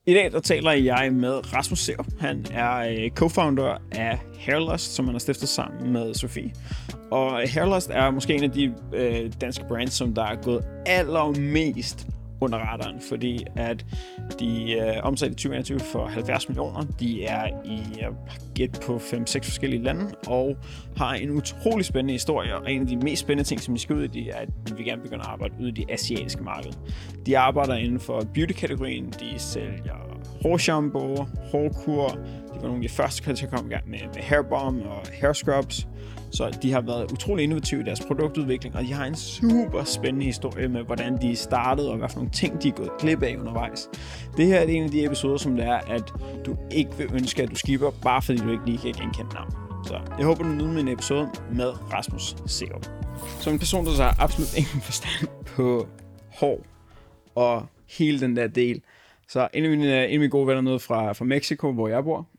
I dag der taler jeg med Rasmus Serup. Han er co-founder af Hairlust, som han har stiftet sammen med Sofie. Og Hairlust er måske en af de danske brands, som der er gået allermest under radaren, fordi at de omsatte i 2021 for 70 millioner. De er i gæt på 5-6 forskellige lande, og har en utrolig spændende historie, og en af de mest spændende ting, som de skal ud i, det er, at de vil gerne begynde at arbejde ude i det asiatiske marked. De arbejder inden for beauty-kategorien, de sælger hårshampoo, hårkur, de var nogle af de første til at komme i gang med hairbomb og hair scrubs. Så de har været utrolig innovative i deres produktudvikling, og de har en super spændende historie med, hvordan de startede, og hvad for nogle ting, de er gået glip af undervejs. Det her er en af de episoder, som det er, at du ikke vil ønske, at du skipper, bare fordi du ikke lige kan genkende navn. Så jeg håber, du nyder min episode med Rasmus Serup. Som en person, der så har absolut ingen forstand på hår og hele den der del. Så en af mine gode venner nede fra Mexico, hvor jeg bor,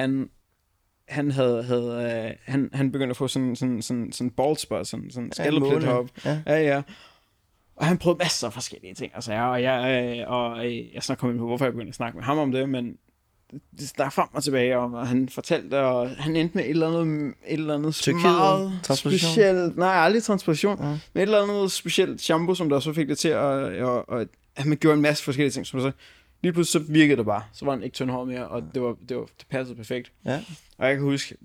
han begyndte at få sådan bald spot, sådan skaldeplet hop. Ja. Og han prøvede masser af forskellige ting, altså, og jeg snart kom ind på, hvorfor jeg begyndte at snakke med ham om det, men det stak frem og tilbage, og han fortalte, og han endte med et eller andet meget specielt, nej, aldrig transportation, men et eller andet specielt shampoo, som der så fik det til at man gjorde en masse forskellige ting, som så lige pludselig så virkede det bare. Så var han ikke tyndhåret mere, og det passede perfekt. Ja. Og jeg kan huske,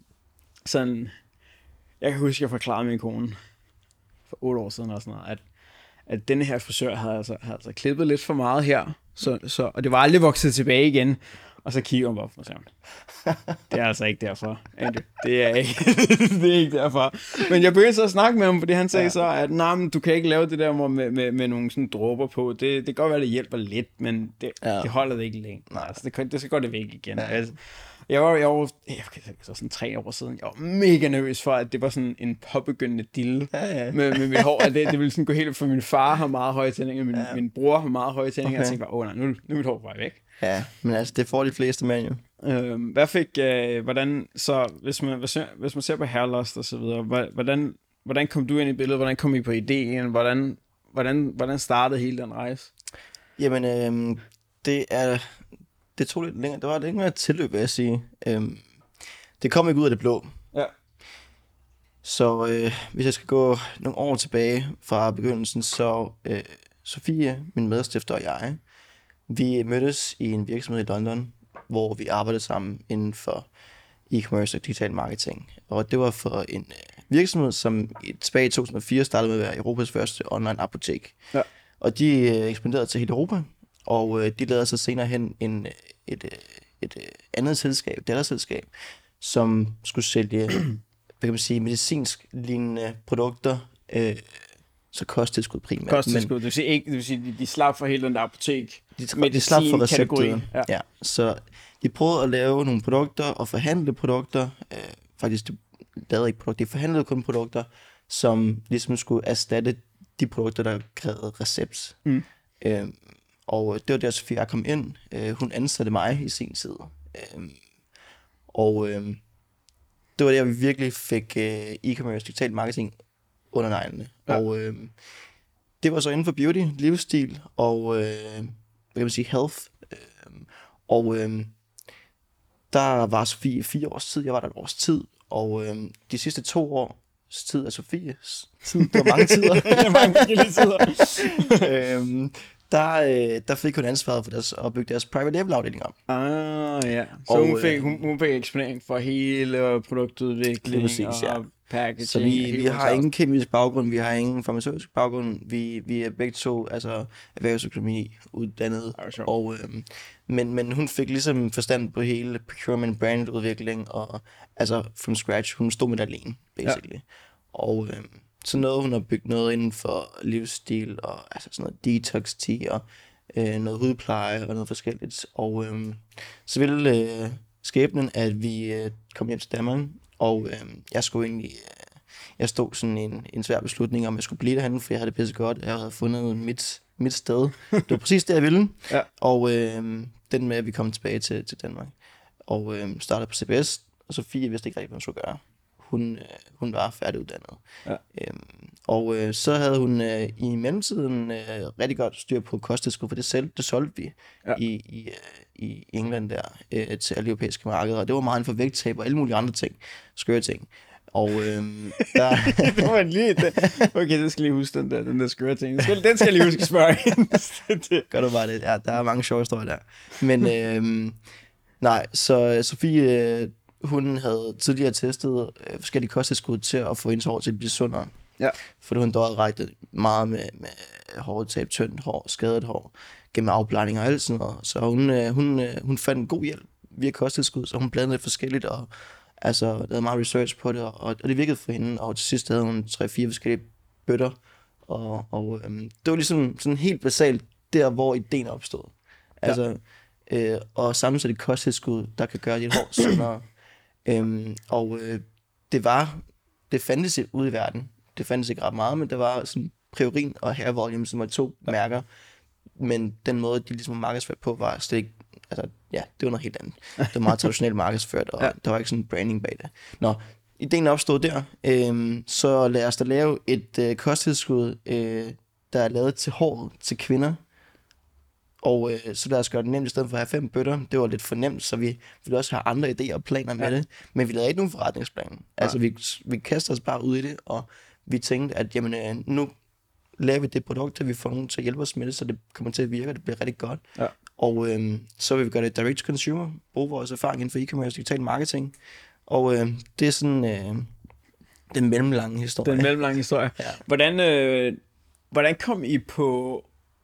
jeg forklarede min kone for 8 år siden og sådan noget, at denne her frisør havde altså klippet lidt for meget her, og det var aldrig vokset tilbage igen. Og så kigger hun bare på mig. Det er altså ikke derfor. Det er ikke derfor. Men jeg begyndte så at snakke med ham, fordi han sagde så, at men du kan ikke lave det der med nogle sådan dråber på. Det kan godt være, det hjælper lidt, men det holder det ikke længe. Altså, det så går det væk igen. Ja. Altså, jeg var sådan 3 år siden, jeg var mega nervøs for, at det var sådan en påbegyndende dille med mit hår. At det ville sådan gå helt, for min far har meget høje tændinger, min bror har meget høje tændinger, og jeg tænkte bare, nu er mit hår bare væk. Ja, men altså, det får de fleste mænd jo. Hvad fik, hvordan, så hvis man ser på Hairlust og så videre, hvordan kom du ind i billedet, hvordan kom I på ideen, hvordan startede hele den rejse? Jamen, det tog lidt længere, det var lidt mere tilløb, vil jeg sige. Det kom ikke ud af det blå. Ja. Så hvis jeg skal gå nogle år tilbage fra begyndelsen, så Sofie, min medstifter og jeg, vi mødtes i en virksomhed i London, hvor vi arbejdede sammen inden for e-commerce og digital marketing. Og det var for en virksomhed, som tilbage i 2004 startede med at være Europas første online apotek. Ja. Og de ekspanderede til hele Europa, og de lavede så senere hen et andet selskab, datterselskab, som skulle sælge, hvad kan man sige, medicinsk lignende produkter, så kosttilskud primært. Kosttilskud, det vil sige, de slap for hele den der apotek. De slap for receptet. Ja. Så de prøvede at lave nogle produkter og forhandle produkter. Faktisk, de lavede ikke produkter, de forhandlede kun produkter, som ligesom skulle erstatte de produkter, der krævede recept. Og det var der, Sofie kom ind. Hun ansatte mig i sin tid. Det var der, vi virkelig fik e-commerce, digital marketing under neglene. Ja. Og det var så inden for beauty, livsstil og hvad kan man sige, health. Der var Sofie 4 års tid, jeg var der et års tid, og de sidste 2 års tid af Sofies tid, det var mange tider. Der fik hun ansvaret for at bygge deres private label afdeling op. Ja. Så hun fik eksponering for hele produktudvikling og packaging. Så vi har ingen kemisk baggrund, vi har ingen farmaceutisk baggrund, vi er begge to altså erhvervsøkonomi uddannet, og men hun fik ligesom forstand på hele procurement, brandudvikling og altså from scratch, hun stod med det alene basically. Ja. Og så nåede hun at bygge noget inden for livsstil og altså sådan noget detox tea og noget hudpleje og noget forskelligt, og så ville skæbnen, at vi kom hjem til Danmark. Og jeg stod sådan en svær beslutning, om jeg skulle blive derhenne, for jeg havde det pisse godt. Jeg havde fundet mit sted. Det var præcis det, jeg ville. Ja. Og den med, at vi kom tilbage til Danmark. Og startede på CBS, og Sofie vidste ikke rigtig, hvad hun skulle gøre. hun var færdiguddannet. Ja. Og så havde hun i mellemtiden rigtig godt styr på kosttilskud, for det solgte vi i England der til alle europæiske markeder, og det var meget for vægttab og alle mulige andre ting, skøre ting. Og der... det var lige det. Okay, det skal lige huske den der skøre ting. Den skal jeg lige huske at spørge hende. Gør du bare det? Ja, der er mange sjove historier der. Men nej, så Sofie, hun havde tidligere testet forskellige kosttilskud til at få hendes hår til at blive sundere. Ja. Fordi hun dog regnet meget med hårtab, tyndt hår, skadet hår, gennem afblanding og alt sådan noget. Så hun fandt en god hjælp via kosttilskud, så hun blandede lidt forskelligt, og altså lavede meget research på det, og det virkede for hende, og til sidst havde hun 3-4 forskellige bøtter, og det var ligesom sådan helt basalt der, hvor ideen opstod. Altså, og sammensætte et kosttilskud, der kan gøre dit hår sundere. Det fandtes ude i verden. Det fandtes ikke ret meget, men der var sådan Priorin og Hair Volume, som var 2 mærker, men den måde, de ligesom markedsførte på, var slet ikke, altså, ja, det var noget helt andet. Det var meget traditionelt markedsført, og der var ikke sådan en branding bag det. Nå, ideen opstod der, så lad os da lave et kosttilskud, der er lavet til håret til kvinder, og så lad os gøre det nemt, i stedet for at have 5 bøtter. Det var lidt for nemt, så vi ville også have andre idéer og planer med det, men vi lavede ikke nogen forretningsplan. Altså, vi kaster os bare ud i det, og vi tænkte, at jamen, nu laver vi det produkt, til vi får nogen til at hjælpe os med det, så det kommer til at virke, og det bliver rigtig godt. Ja. Og så vil vi gøre det direct to consumer, bruge vores erfaring inden for e-commerce, digital marketing, og det er sådan den mellemlange historie. Den mellemlange historie. Ja. Hvordan kom I på...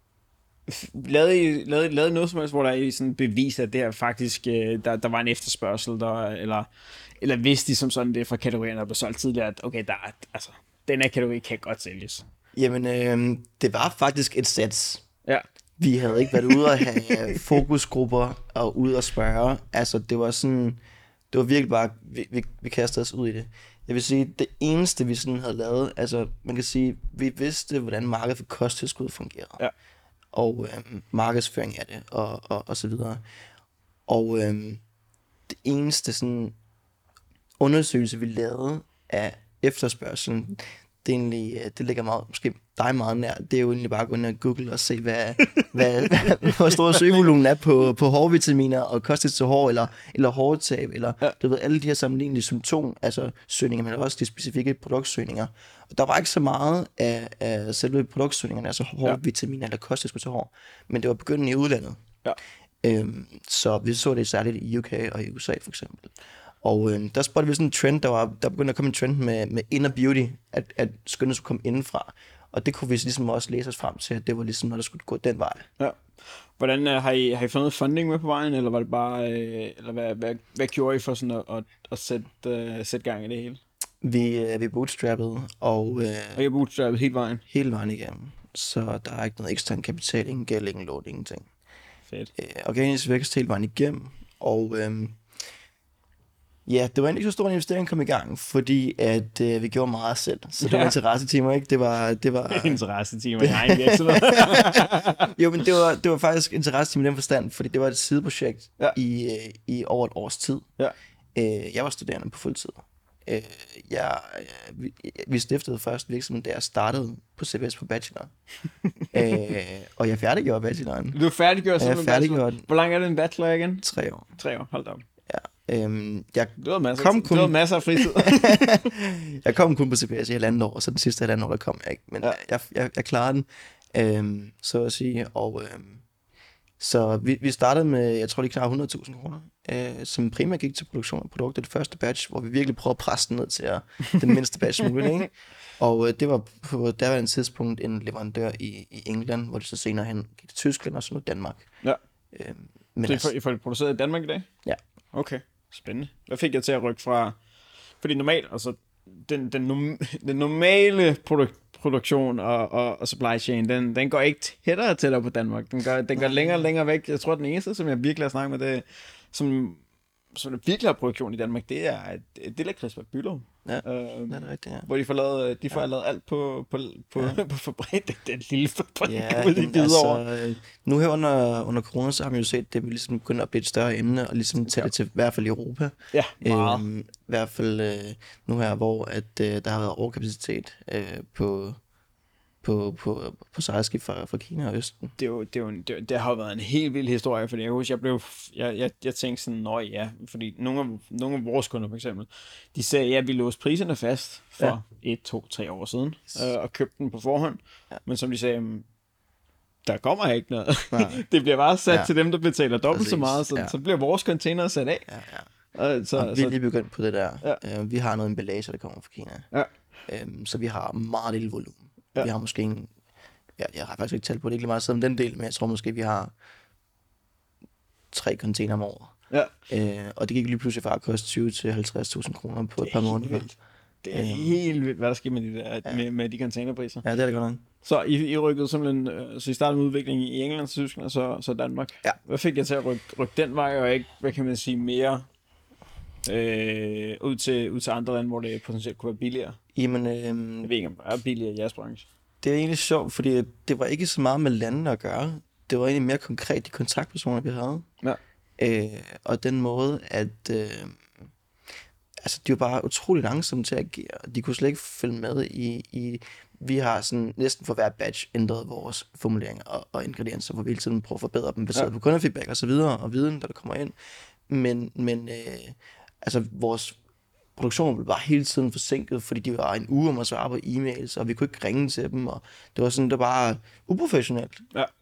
Lavede noget som helst, hvor der er sådan bevis, at det her faktisk, der var en efterspørgsel, eller vidste de som sådan det fra kategorierne, der blev solgt tidligere, at okay, altså, den her kategori kan godt sælges? Jamen, det var faktisk et sats. Ja. Vi havde ikke været ude at have fokusgrupper og ude at spørge. Altså, det var virkelig bare, vi kastede os ud i det. Jeg vil sige, det eneste, vi sådan havde lavet, altså, man kan sige, vi vidste, hvordan markedet for kosttilskud fungerede. Ja. Og markedsføring af det, og så videre. Og det eneste sådan undersøgelse, vi lavede af efterspørgselen, det ligger meget, måske dig meget nær. Det er jo egentlig bare at gå ind og Google og se, hvor stor søgevolumen er på hårvitaminer og kosttilskud til hår, eller hårtab, eller du ved, alle de her sammenlignelige symptom, altså søgninger, men også de specifikke produktsøgninger. Og der var ikke så meget af selve produktsøgningerne, altså hårvitaminer eller kosttilskud til hår, men det var begyndende i udlandet. Ja. Så vi så det særligt i UK og i USA for eksempel. Og der spottede vi sådan en trend, der begyndte at komme en trend med inner beauty, at skønnet skulle komme indenfra. Og det kunne vi ligesom også læse os frem til, at det var ligesom noget, der skulle gå den vej. Ja. Hvordan har I fundet funding med på vejen, eller var det bare, eller hvad gjorde I for sådan at sætte gang i det hele? Vi bootstrappede, og I bootstrappede hele vejen? Hele vejen igennem. Så der er ikke noget ekstern kapital, ingen gæld, ingen lån, ingenting. Fedt. Organisk vækst hele vejen igennem, og ja, det var egentlig ikke så stor en investering at komme i gang, fordi at vi gjorde meget selv. Så det var interessetimer, ikke? Det var interessetimer i egen virksomhed. Jo, men det var faktisk interessetimer i den forstand, fordi det var et sideprojekt i over et års tid. Ja. Jeg var studerende på fuldtid. Vi stiftede først virksomheden, da jeg startede på CBS på bachelor. Og jeg færdiggjorde bacheloren. Du færdiggjorde sådan en bachelor? Hvor lang er det en bachelor igen? 3 år. 3 år, hold da op. Du havde masser af fritid. Jeg kom kun på CBS i 1,5 år, så den sidste 1,5 år, der kom jeg ikke. Men jeg klarede den, så at sige. Og så vi startede med, jeg tror, de knap 100.000 kroner, som primært gik til produktion af produkter. Det første batch, hvor vi virkelig prøvede at presse den ned til den mindste batch muligt, ikke? Og det var på daværende tidspunkt en leverandør i England, hvor det så senere hen gik til Tyskland og så nu Danmark. Ja. Så I får det produceret i Danmark i dag? Ja. Okay, spændende. Hvad fik jeg til at rykke fra? Fordi normalt, altså den normale produktion og supply chain, den går ikke tættere på Danmark. Den går længere og længere væk. Jeg tror, den eneste, som jeg virkelig har snakket med, det som som virkelig har produktion i Danmark, det er lakrids fra Bylov. Ja, det er det rigtigt, ja. Hvor de får lavet alt på fabrik. Den lille fabrik ja, ude i Hvidovre. Altså, nu her under corona, så har vi jo set, det vil ligesom begynde at blive et større emne, og ligesom tage det til i hvert fald i Europa. Ja, meget. I hvert fald nu her, hvor at, der har været overkapacitet på sejlskib fra Kina og Østen. Det har jo været en helt vild historie, fordi jeg husker, jeg tænkte sådan, fordi nogle af vores kunder for eksempel, de sagde, ja, vi låste priserne fast for 1, 2, 3 år siden, og købte den på forhånd, men som de sagde, der kommer ikke noget. Det bliver bare sat til dem, der betaler dobbelt så meget, så bliver vores container sat af. Vi er lige begyndt på det der. Vi har noget emballage, der kommer fra Kina. Så vi har meget lille volumen. Vi har måske jeg har faktisk ikke talt på det ikke lige meget siden den del, men jeg tror måske, vi har 3 container om året. Og det gik lige pludselig fra at koste 20.000 til 50.000 kroner på et par måneder. Det er helt vildt, hvad der sker med de containerpriser. Ja, det er det godt nok. Så I rykkede simpelthen, så I startede med udvikling i England, Tyskland og så Danmark. Ja. Hvad fik jeg til at rykke den vej, og ikke, hvad kan man sige, mere ud til andre lande, hvor det potentielt kunne være billigere? Jamen, jeg ved ikke, om det er billigere i jeres branche. Det er egentlig sjovt, fordi det var ikke så meget med landene at gøre. Det var egentlig mere konkret de kontaktpersoner, vi havde. Og den måde, at de var bare utrolig langsomme til at agere. De kunne slet ikke følge med i vi har sådan næsten for hver batch ændret vores formuleringer og ingredienser, hvor vi hele tiden prøver at forbedre dem, baseret på kundefeedback og så videre, og viden, der kommer ind. Men vores produktionen blev bare hele tiden forsinket, fordi de var en uge om at svare på e-mails, og vi kunne ikke ringe til dem, og det var sådan, det var bare uprofessionelt.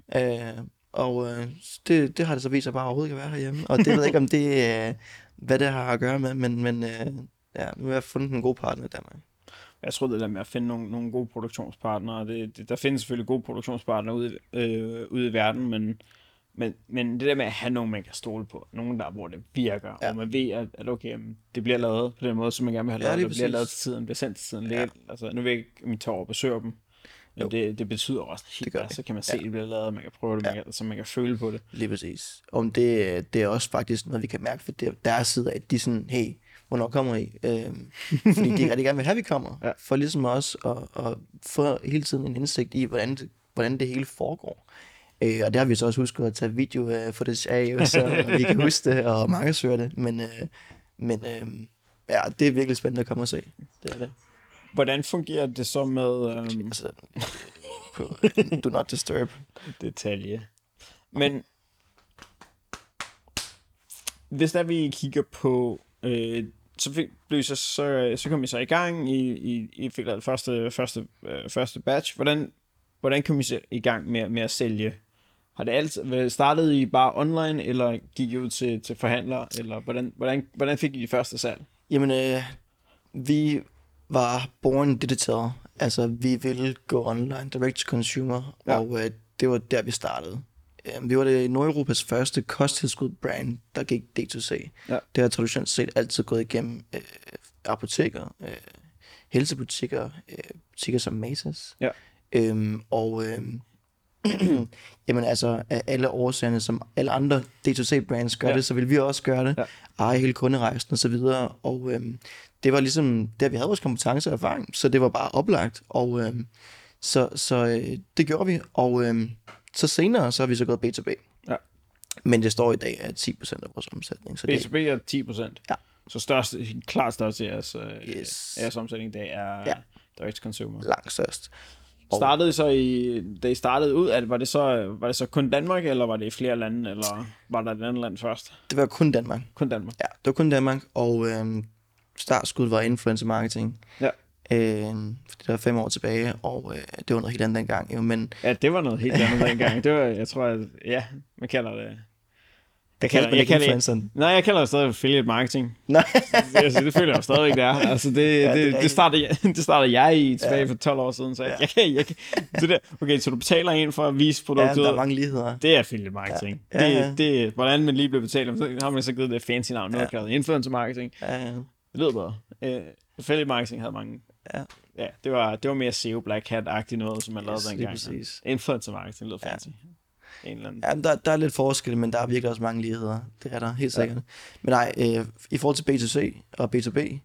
Det har det så vist sig bare overhovedet ikke at være herhjemme, og det ved jeg ikke, om det hvad det har at gøre med, men nu har jeg fundet en god partner i Danmark. Jeg tror, det der med at finde nogle gode produktionspartnere, der findes selvfølgelig gode produktionspartnere ude i verden, men det der med at have nogen, man kan stole på, nogen der, hvor det virker, og man ved, at okay, det bliver lavet på den måde, som man gerne vil have lavet, det bliver lavet til tiden, bliver sendt til tiden. Altså, nu vil jeg ikke, om I tager over og besøger dem, men det betyder også helt, så kan man se, at det bliver lavet, man kan prøve det, så man kan føle på det. Lige præcis. Om det er også faktisk noget, vi kan mærke, for deres side af, at de sådan, hey, hvornår kommer I? Fordi de rigtig gerne vil have, at vi kommer, for ligesom også at få hele tiden en indsigt i, hvordan det hele foregår. Og det har vi så også husket at tage video footage af, så vi kan huske det og markedsføre det. Men det er virkelig spændende at komme og se. Det er det. Hvordan fungerer det så med... Do not disturb. Detalje. Men hvis der vi kigger på... så kom I så i gang. I fik lavet første batch. Hvordan kom I så i gang med at sælge? Har det altid startet I bare online, eller gik I ud til forhandlere, eller hvordan fik I de første salg? Jamen, vi var born digital. Altså, vi ville gå online, direct to consumer, og det var der, vi startede. Vi var det Nordeuropas første kosttilskud-brand, der gik D2C. Det har traditionelt set altid gået igennem apoteker, helsebutikker, butikker som Matas. Jamen altså, af alle årsagerne, som alle andre D2C-brands gør det, så vil vi også gøre det. Eje hele kunderejsen og så videre. Og det var ligesom der, vi havde vores kompetence og erfaring, så det var bare oplagt. Og så det gjorde vi. Og så senere, så har vi så gået B2B. Men det står i dag af 10% af vores omsætning. Så B2B er 10%? Ja. Så klart største af jeres omsætning i dag er direct consumer? Langt størst. Startede I så da I startede ud, var det så kun Danmark, eller var det i flere lande, eller var der et andet land først? Det var kun Danmark. Kun Danmark? Ja, det var kun Danmark, og startskuddet var influencer marketing. Fordi det var 5 år tilbage, og det var noget helt andet dengang. Jo, men... Ja, det var noget helt andet dengang. Det var, jeg tror, man kalder det... Jeg kalder det stadig affiliate marketing. Nej. Det føler jeg stadigvæk, det er. Altså, det startede jeg i tilbage for 12 år siden, så jeg kan okay, så du betaler en for at vise produktet. Ja, der er mange ligheder. Det er affiliate marketing. Det, hvordan man lige bliver betalt, så har man så givet det fancy navn. Nu har kaldet influencer marketing. Det lyder bedre. Affiliate marketing havde mange... Ja, det var mere SEO Black Hat-agtigt noget, som man lavede dengang. Influencer marketing lyder fancy. en eller anden. Ja, der er lidt forskel, men der er virkelig også mange ligheder. Det er der, helt sikkert. Men nej, i forhold til B2C og B2B,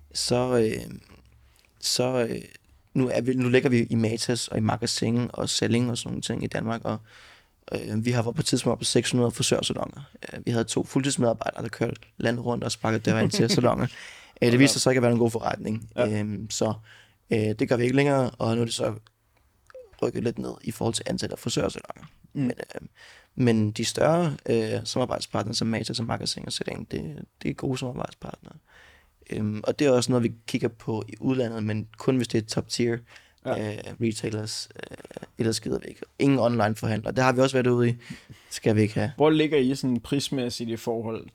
så nu ligger vi i Matas og i Magasin og Selling og sådan nogle ting i Danmark, og vi har været på et tidspunkt på 600 frisørsalonger. Vi havde 2 fuldtidsmedarbejdere, der kørte landet rundt og sparkede døre ind til salonger. Det viste sig så ikke at være en god forretning. Så det gør vi ikke længere, og nu er det så rykket lidt ned i forhold til antallet af frisørsalonger. Men de større samarbejdspartnere som Matas og Magasin og Selling, det er gode samarbejdspartnere. Og det er også noget, vi kigger på i udlandet, men kun hvis det er top tier retailers, ellers gider vi ikke. Ingen online forhandler. Det har vi også været ude i. Skal vi ikke have. Hvor ligger I sådan prismæssigt i forhold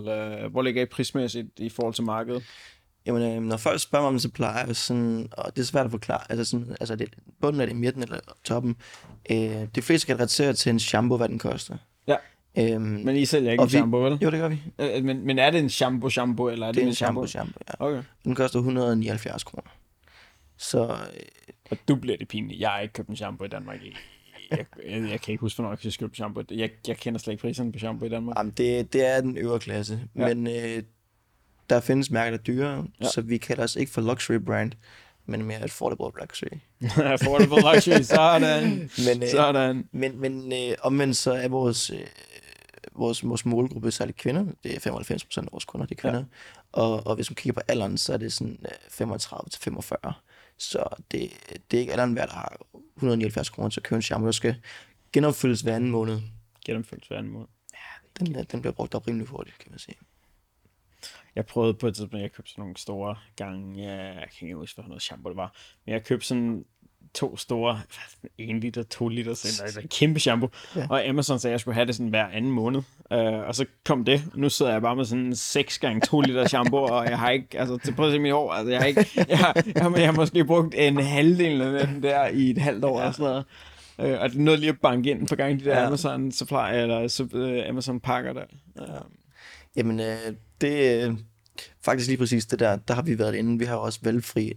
til markedet? Jamen, når folk spørger mig om det, så plejer jeg sådan, og det er svært at forklare, altså det, bunden er det i midten eller toppen. De fleste kan relatere til en shampoo, hvad den koster. Ja. Men I sælger ikke en shampoo, vel? Jo, det gør vi. Men er det en shampoo, eller er det en shampoo? Det er en shampoo, ja. Okay. Den koster 179 kroner. Så... Og du bliver det pinligt. Jeg har ikke købt en shampoo i Danmark. Jeg kan ikke huske, hvornår jeg købte shampoo. Jeg kender slet ikke priserne på shampoo i Danmark. Jamen, det er den øvre klasse. Ja. Men der findes mærker, der er dyrere, så vi kalder os ikke for luxury brand, men mere affordable luxury. Affordable luxury, sådan. Men omvendt så er vores målgruppe særligt kvinder. Det er 95% af vores kunder, det er kvinder. Ja. Og hvis man kigger på alderen, så er det sådan 35-45. Så det er ikke alderen værd, der har 179 kroner til at købe en shampoo, der skal genopfyldes hver anden måned. Ja, den bliver brugt op rimelig hurtigt, kan man sige. Jeg prøvede på et tidspunkt, jeg købte sådan nogle store gange, jeg kan ikke huske, hvad noget shampoo det var, men jeg købte sådan 2 store, 1 liter, 2 liter, så en kæmpe shampoo, og Amazon sagde, at jeg skulle have det sådan hver anden måned, og så kom det, nu sidder jeg bare med sådan 6 gange 2 liter shampoo, og jeg har ikke, altså prøv at se mit hår, altså jeg har måske brugt en halvdel af den der i et halvt år, og sådan noget. Og det nåede lige at banke ind på gang de der Amazon supply, eller Amazon pakker der. Jamen, det faktisk lige præcis det der har vi været inde. Vi har også valgfri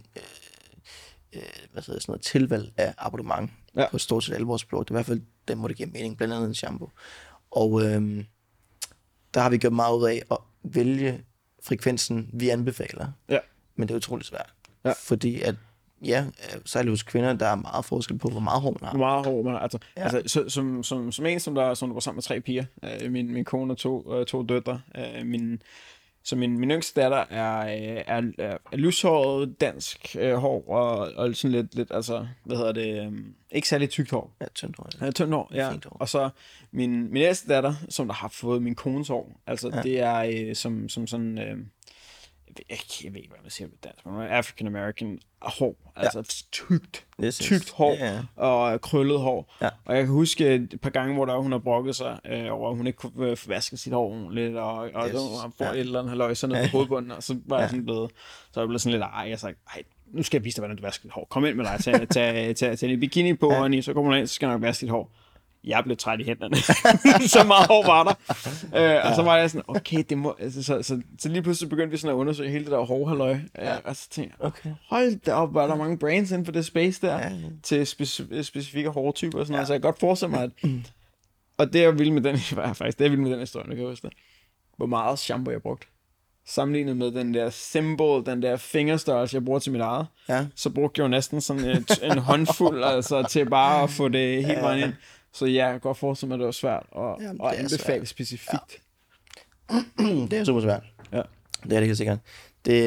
tilvalg af abonnement på stort set alle vores produkter. I hvert fald den må det give mening, blandt andet en shampoo. Og der har vi gjort meget ud af at vælge frekvensen, vi anbefaler. Ja. Men det er utroligt svært. Ja. Fordi at særligt hos kvinder, der er meget forskel på, hvor meget hår man har. Hvor meget hår man har. Altså som en, som der var sammen med 3 piger. Min kone og to døtre. Min yngste datter er lyshåret dansk hår, og sådan lidt, altså, ikke særlig tykt hår. Ja, tyndt hår. Ja, tyndt hår, ja. Og så min ældste datter, som der har fået min kones hår, altså det er som sådan... jeg ved ikke, hvad man siger på dansk, men African American hår, altså tykt hår, og krøllet hår. Ja. Og jeg kan huske et par gange, hvor hun har brokket sig over, at hun ikke kunne vaske sit hår ordentligt, og hun får et eller andet halløj sådan noget på hovedbunden, og så var jeg sådan blevet, sådan lidt, jeg sagde, nu skal jeg vise dig, hvordan du vasker dit hår. Kom ind med dig, tag en bikini på, og så kommer du ind, så skal jeg nok vaske dit hår. Jeg blev træt i hænderne. Så meget hår var der. Og så var jeg sådan, okay, det må... Altså, så lige pludselig begyndte vi sådan at undersøge hele det der hårhalløj. Og så tænkte jeg, hold da op, var der mange brands inden for det space der, til specifikke hårtyper og sådan noget. Så jeg kan godt forestille mig, at... Og det jeg ville med den, historie, nu kan jeg huske det. Hvor meget shampoo jeg brugt. Sammenlignet med den der symbol, den der fingerstørrelse, jeg bruger til mit eget. Ja. Så brugte jeg jo næsten sådan en håndfuld, altså til bare at få det helt vejen ind. Så jeg kan godt forestille mig, at det var svært at anbefale specifikt. Ja. Det er super svært. Ja. Det er det helt sikkert. Det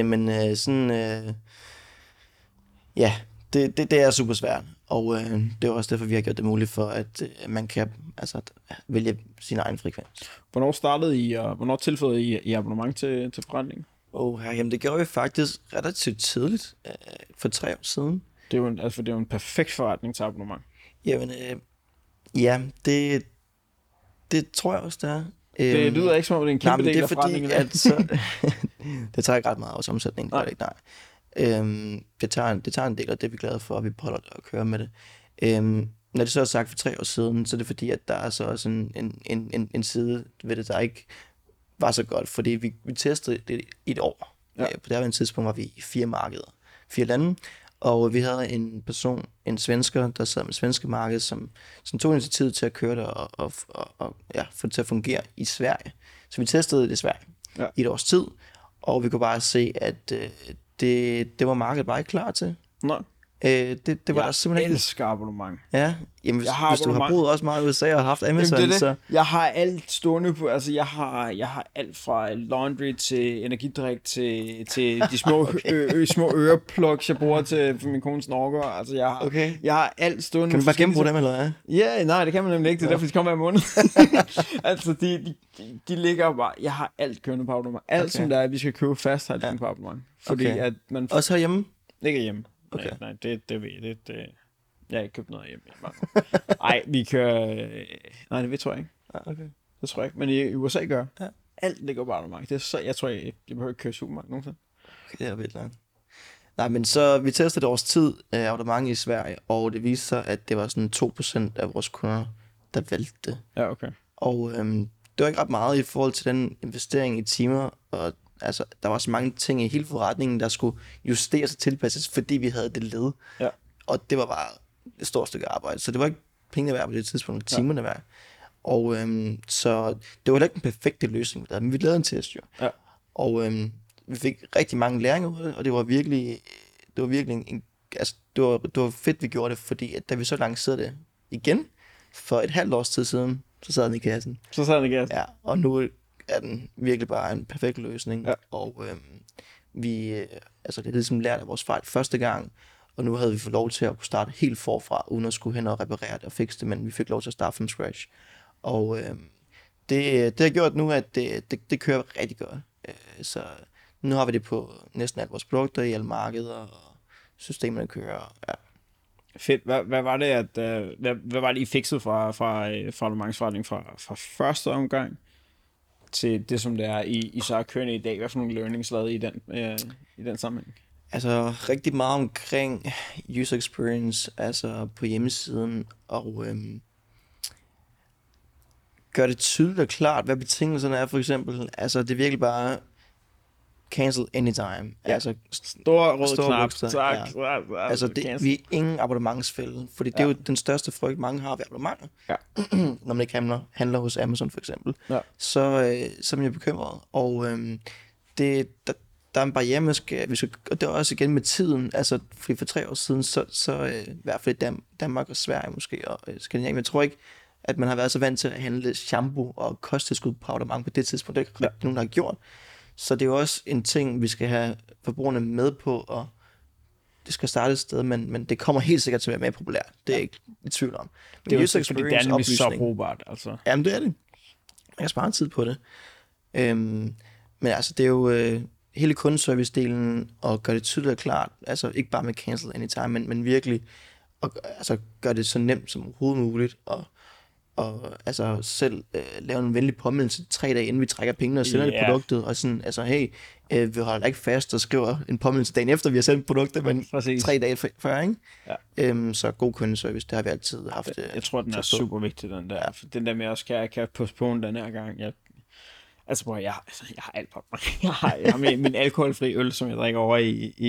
er super svært. Og det er også derfor, vi har gjort det muligt for, at man kan vælge sin egen frekvens. Hvornår startede I, og hvornår tilføjede I abonnement til forretningen? Jamen det gjorde vi faktisk relativt tidligt, for 3 år siden. Det er jo en perfekt forretning til abonnement. Jamen, ja, det tror jeg også, det er. Det lyder ikke som om, det er en kæmpe del af forretningen. Det tager ikke ret meget af vores omsætning. Nej. Det tager en del, og det er vi glade for, at vi prøver at køre med det. Når det så er sagt for 3 år siden, så er det fordi, at der er så også en side ved det, der ikke var så godt, fordi vi testede det i et år. Ja. På det her tidspunkt var vi i 4 markeder, 4 lande, Og vi havde en svensker, der sad med svenske marked, som tog initiativet til at køre det og få det til at fungere i Sverige. Så vi testede det i Sverige i et års tid, og vi kunne bare se, at det var markedet bare ikke klar til. Nej. Det var der simpelthen ikke. Jeg elsker abonnement. Ja, jamen, hvis du har boet også meget i USA og haft Amazon, jamen, det. Så... Jeg har alt stående på, altså jeg har alt fra laundry til energidrik til de små, okay. Små øreplugs, jeg bruger til min kones snorker. Altså jeg har alt stående. Kan du bare genbruge dem, eller hvad? Ja, nej, det kan man nemlig ikke. Det er derfor, de kommer hver måned. Altså, de ligger bare, jeg har alt kørende på abonnement. Alt som der er, vi skal købe fast, har jeg på abonnement. Fordi at man... Også herhjemme? Ikke hjemme. Okay. Nej, det ved jeg. Jeg har ikke købt noget hjemme. Nej, vi kører... nej, det tror jeg ikke. Okay. Det tror jeg ikke. Men i USA gør. Ja. Alt ligger bare på markedet. Det er så, jeg tror, jeg behøver ikke køre supermarked nogensinde. Okay, det er vildt langt. Nej, men så vi testede et års tid abonnement i Sverige, og det viste sig, at det var sådan 2% af vores kunder, der valgte det. Ja, okay. Og det var ikke ret meget i forhold til den investering i timer, og altså, der var så mange ting i hele forretningen, der skulle justeres og tilpasses, fordi vi havde det led. Ja. Og det var bare et stort stykke arbejde. Så det var ikke pengene værd på det tidspunkt, timerne værd. Og så det var ikke den perfekte løsning, men vi lavede en test jo. Ja. Og vi fik rigtig mange læringer ud af det, og det var virkelig altså, det var fedt, vi gjorde det, fordi at da vi så lancerede det igen, for et halvt års tid siden, så sad den i kassen. Ja, og nu er den virkelig bare en perfekt løsning. Ja. Og altså det er ligesom lært af vores fejl første gang, og nu havde vi fået lov til at kunne starte helt forfra, uden at skulle hen og reparere det og fikse det, men vi fik lov til at starte from scratch. Og det har gjort nu, at det kører rigtig godt. Så nu har vi det på næsten alle vores produkter i alle markeder, og systemerne kører. Ja. Fedt. Hvad var det, hvad var det, I fikset fra abonnementsforretning fra første omgang til det, som det er, I så er kørende i dag? Hvad for nogle learnings lavede I den sammenhæng? Altså rigtig meget omkring user experience, altså på hjemmesiden, og gør det tydeligt og klart, hvad betingelserne er for eksempel. Altså det er virkelig bare cancel anytime. Ja. Altså stor rød knap. Ja. Altså vi er ingen abonnementsfælde, fordi det er jo den største frygt, mange har ved abonnementer. Ja. Når man ikke handler hos Amazon for eksempel. Ja. Så er jeg bekymret. Og der er en barriere, vi skal, og det er også igen med tiden. Altså for 3 år siden, så i hvert fald i Danmark og Sverige måske, og Skandinavien. Jeg tror ikke, at man har været så vant til at handle shampoo og kosttilskud på abonnement på det tidspunkt. Det er ikke nogen, der har gjort. Så det er jo også en ting, vi skal have forbrugerne med på, og det skal starte et sted, men det kommer helt sikkert til at være mere populært. Det er jeg ikke i tvivl om. Men det er jo fordi, det er nemlig så brugbart. Altså. Jamen, det er det. Jeg kan spare tid på det. Men altså, det er jo hele kundeservice-delen, og gøre det tydeligt og klart, altså ikke bare med cancel anytime, men virkelig altså, gøre det så nemt som overhovedet muligt, og altså selv lave en venlig påmindelse 3 dage inden vi trækker pengene og sender det produktet, og sådan, altså hey, vi holder ikke fast og skriver en påmindelse dagen efter, vi har sendt produktet, men 3 dage før, ikke? Ja. Så god kundeservice, det har vi altid haft. Jeg tror, den er super vigtig, den der. Ja. Den der med også, kan jeg postpone den her gang. Altså, jeg har alt på mig. Jeg har min alkoholfri øl, som jeg drikker over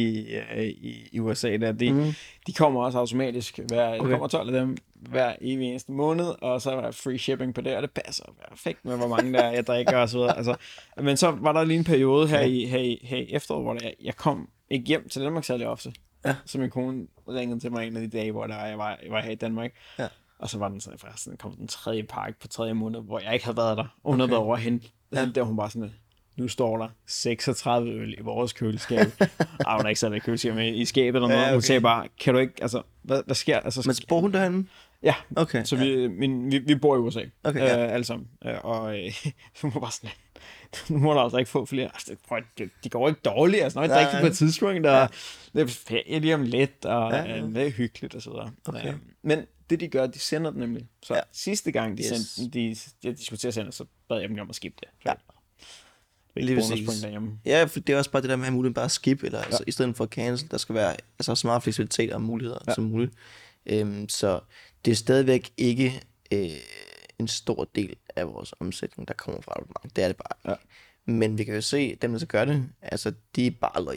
i USA, der, de kommer også automatisk. Der kommer 12 af dem hver evig eneste måned, og så er der free shipping på det, og det passer perfekt med, hvor mange der jeg drikker og så videre. Altså, men så var der lige en periode her i efteråret, hvor jeg kom ikke hjem til Danmark særlig ofte. Ja. Så min kone ringede til mig en af de dage, hvor jeg var her i Danmark. Ja. Og så var den sådan, forresten kom den 3. pakke på 3. måned, hvor jeg ikke havde været der. Hun havde været over hen. Der hun bare sådan, nu står der 36 øl i vores køleskab. Hun har ikke sat et køleskab med i skabet eller noget. Hun sagde bare, kan du ikke, altså, hvad sker? Altså, men bor hun derhenne? Ja, okay. Så vi bor i USA, alle sammen. Og hun var bare sådan, nu må der altså ikke få flere. Altså, de går ikke dårligt. Altså, når jeg drikker på et tidspunkt, der det er ferie lige om lidt, og det er hyggeligt og så videre. Okay. Men det de gør, de sender den nemlig. Så sidste gang de skulle til at sende, så bad jeg dem om at skippe det. Så lige præcis. Ja, for det er også bare det der med at have muligheden bare at skip, eller altså, i stedet for at cancel, der skal være altså, så meget fleksibilitet og muligheder som muligt. Så det er stadigvæk ikke en stor del af vores omsætning, der kommer fra abonnement. Det er det bare. Ja. Men vi kan jo se, dem der så gør det, altså de er bare loyale.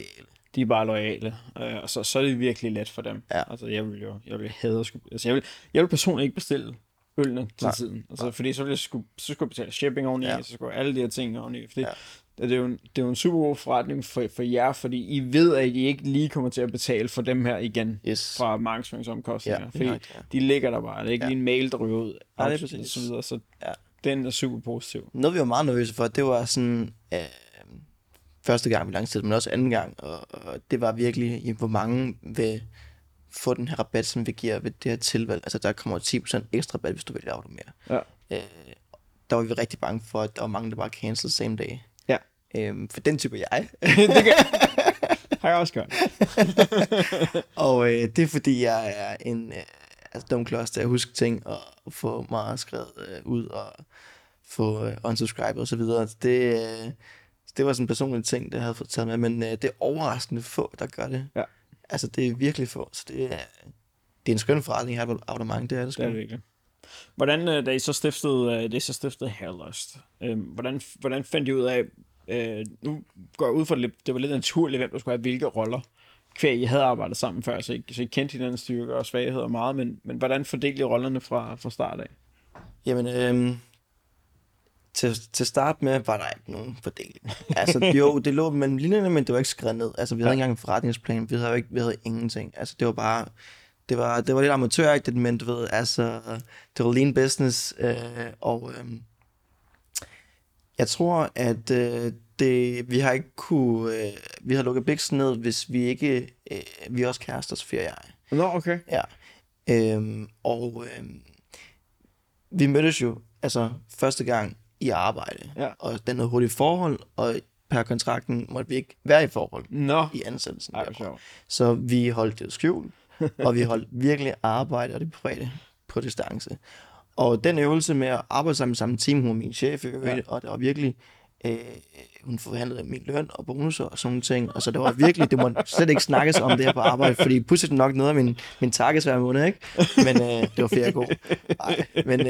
de er bare loyale, og så er det virkelig let for dem. Ja. Altså, jeg vil hade jeg vil personligt ikke bestille ølene til tiden. Altså, fordi så skulle jeg betale shipping oveni, så skulle alle de her ting oveni. Fordi det er jo en super god forretning for jer, fordi I ved, at I ikke lige kommer til at betale for dem her igen fra markedsføringsomkostninger. Fordi de ligger der bare. Det er ikke lige en mail, der ryger ud. Så den er super positiv. Noget vi var meget nervøse for, det var sådan første gang vi lancerede, men også anden gang, og det var virkelig, hvor mange vil få den her rabat, som vi giver ved det her tilvalg. Altså der kommer 10% ekstra rabat, hvis du vælger Automere. Ja. Der var vi rigtig bange for, at der var mange, der bare cancel same day. Ja. For den type jeg. Det har jeg også gjort. Og det er fordi, jeg er en dum klods til at huske ting, og få meget skrevet ud, og få unsubscribe og så videre. Det var sådan en personlig ting, det jeg havde fået taget med, men det er overraskende få, der gør det. Ja. Altså, det er virkelig få, så det er en skøn forretning her på abonnement, det er det sgu. Det er virkelig. Hvordan, da I så stiftede Hairlust, hvordan fandt I ud af, nu går jeg ud fra det var lidt naturligt, hvem der skulle have hvilke roller, hver I havde arbejdet sammen før, så I kendte hinandens styrker og svagheder meget, men hvordan fordelte I rollerne fra start af? Jamen, til start med var der ikke nogen fordeling. Altså jo, det lå mellem linjerne, men det var ikke skrevet ned. Altså vi havde ikke engang en forretningsplan, vi havde ingenting. Altså det var bare, det var lidt amatøragtigt, men du ved, altså det var lean business, og jeg tror, at vi har ikke vi har lukket Bix ned, hvis vi ikke, vi er også kærester, Sofie og jeg. Nå, okay. Ja. Vi mødtes jo, altså første gang i arbejde, og den havde hurtigt forhold, og per kontrakten måtte vi ikke være i forhold i ansættelsen. Så vi holdt det skjult, og vi holdt virkelig arbejde og det private på distance. Og den øvelse med at arbejde sammen i samme team, hun var min chef, og det var virkelig, hun forhandlede min løn og bonusser og sådan ting, og så det var virkelig, det må slet ikke snakkes om det her på arbejde, fordi pludselig nok noget af min targets hver måned, ikke? Men det var ferie god. Men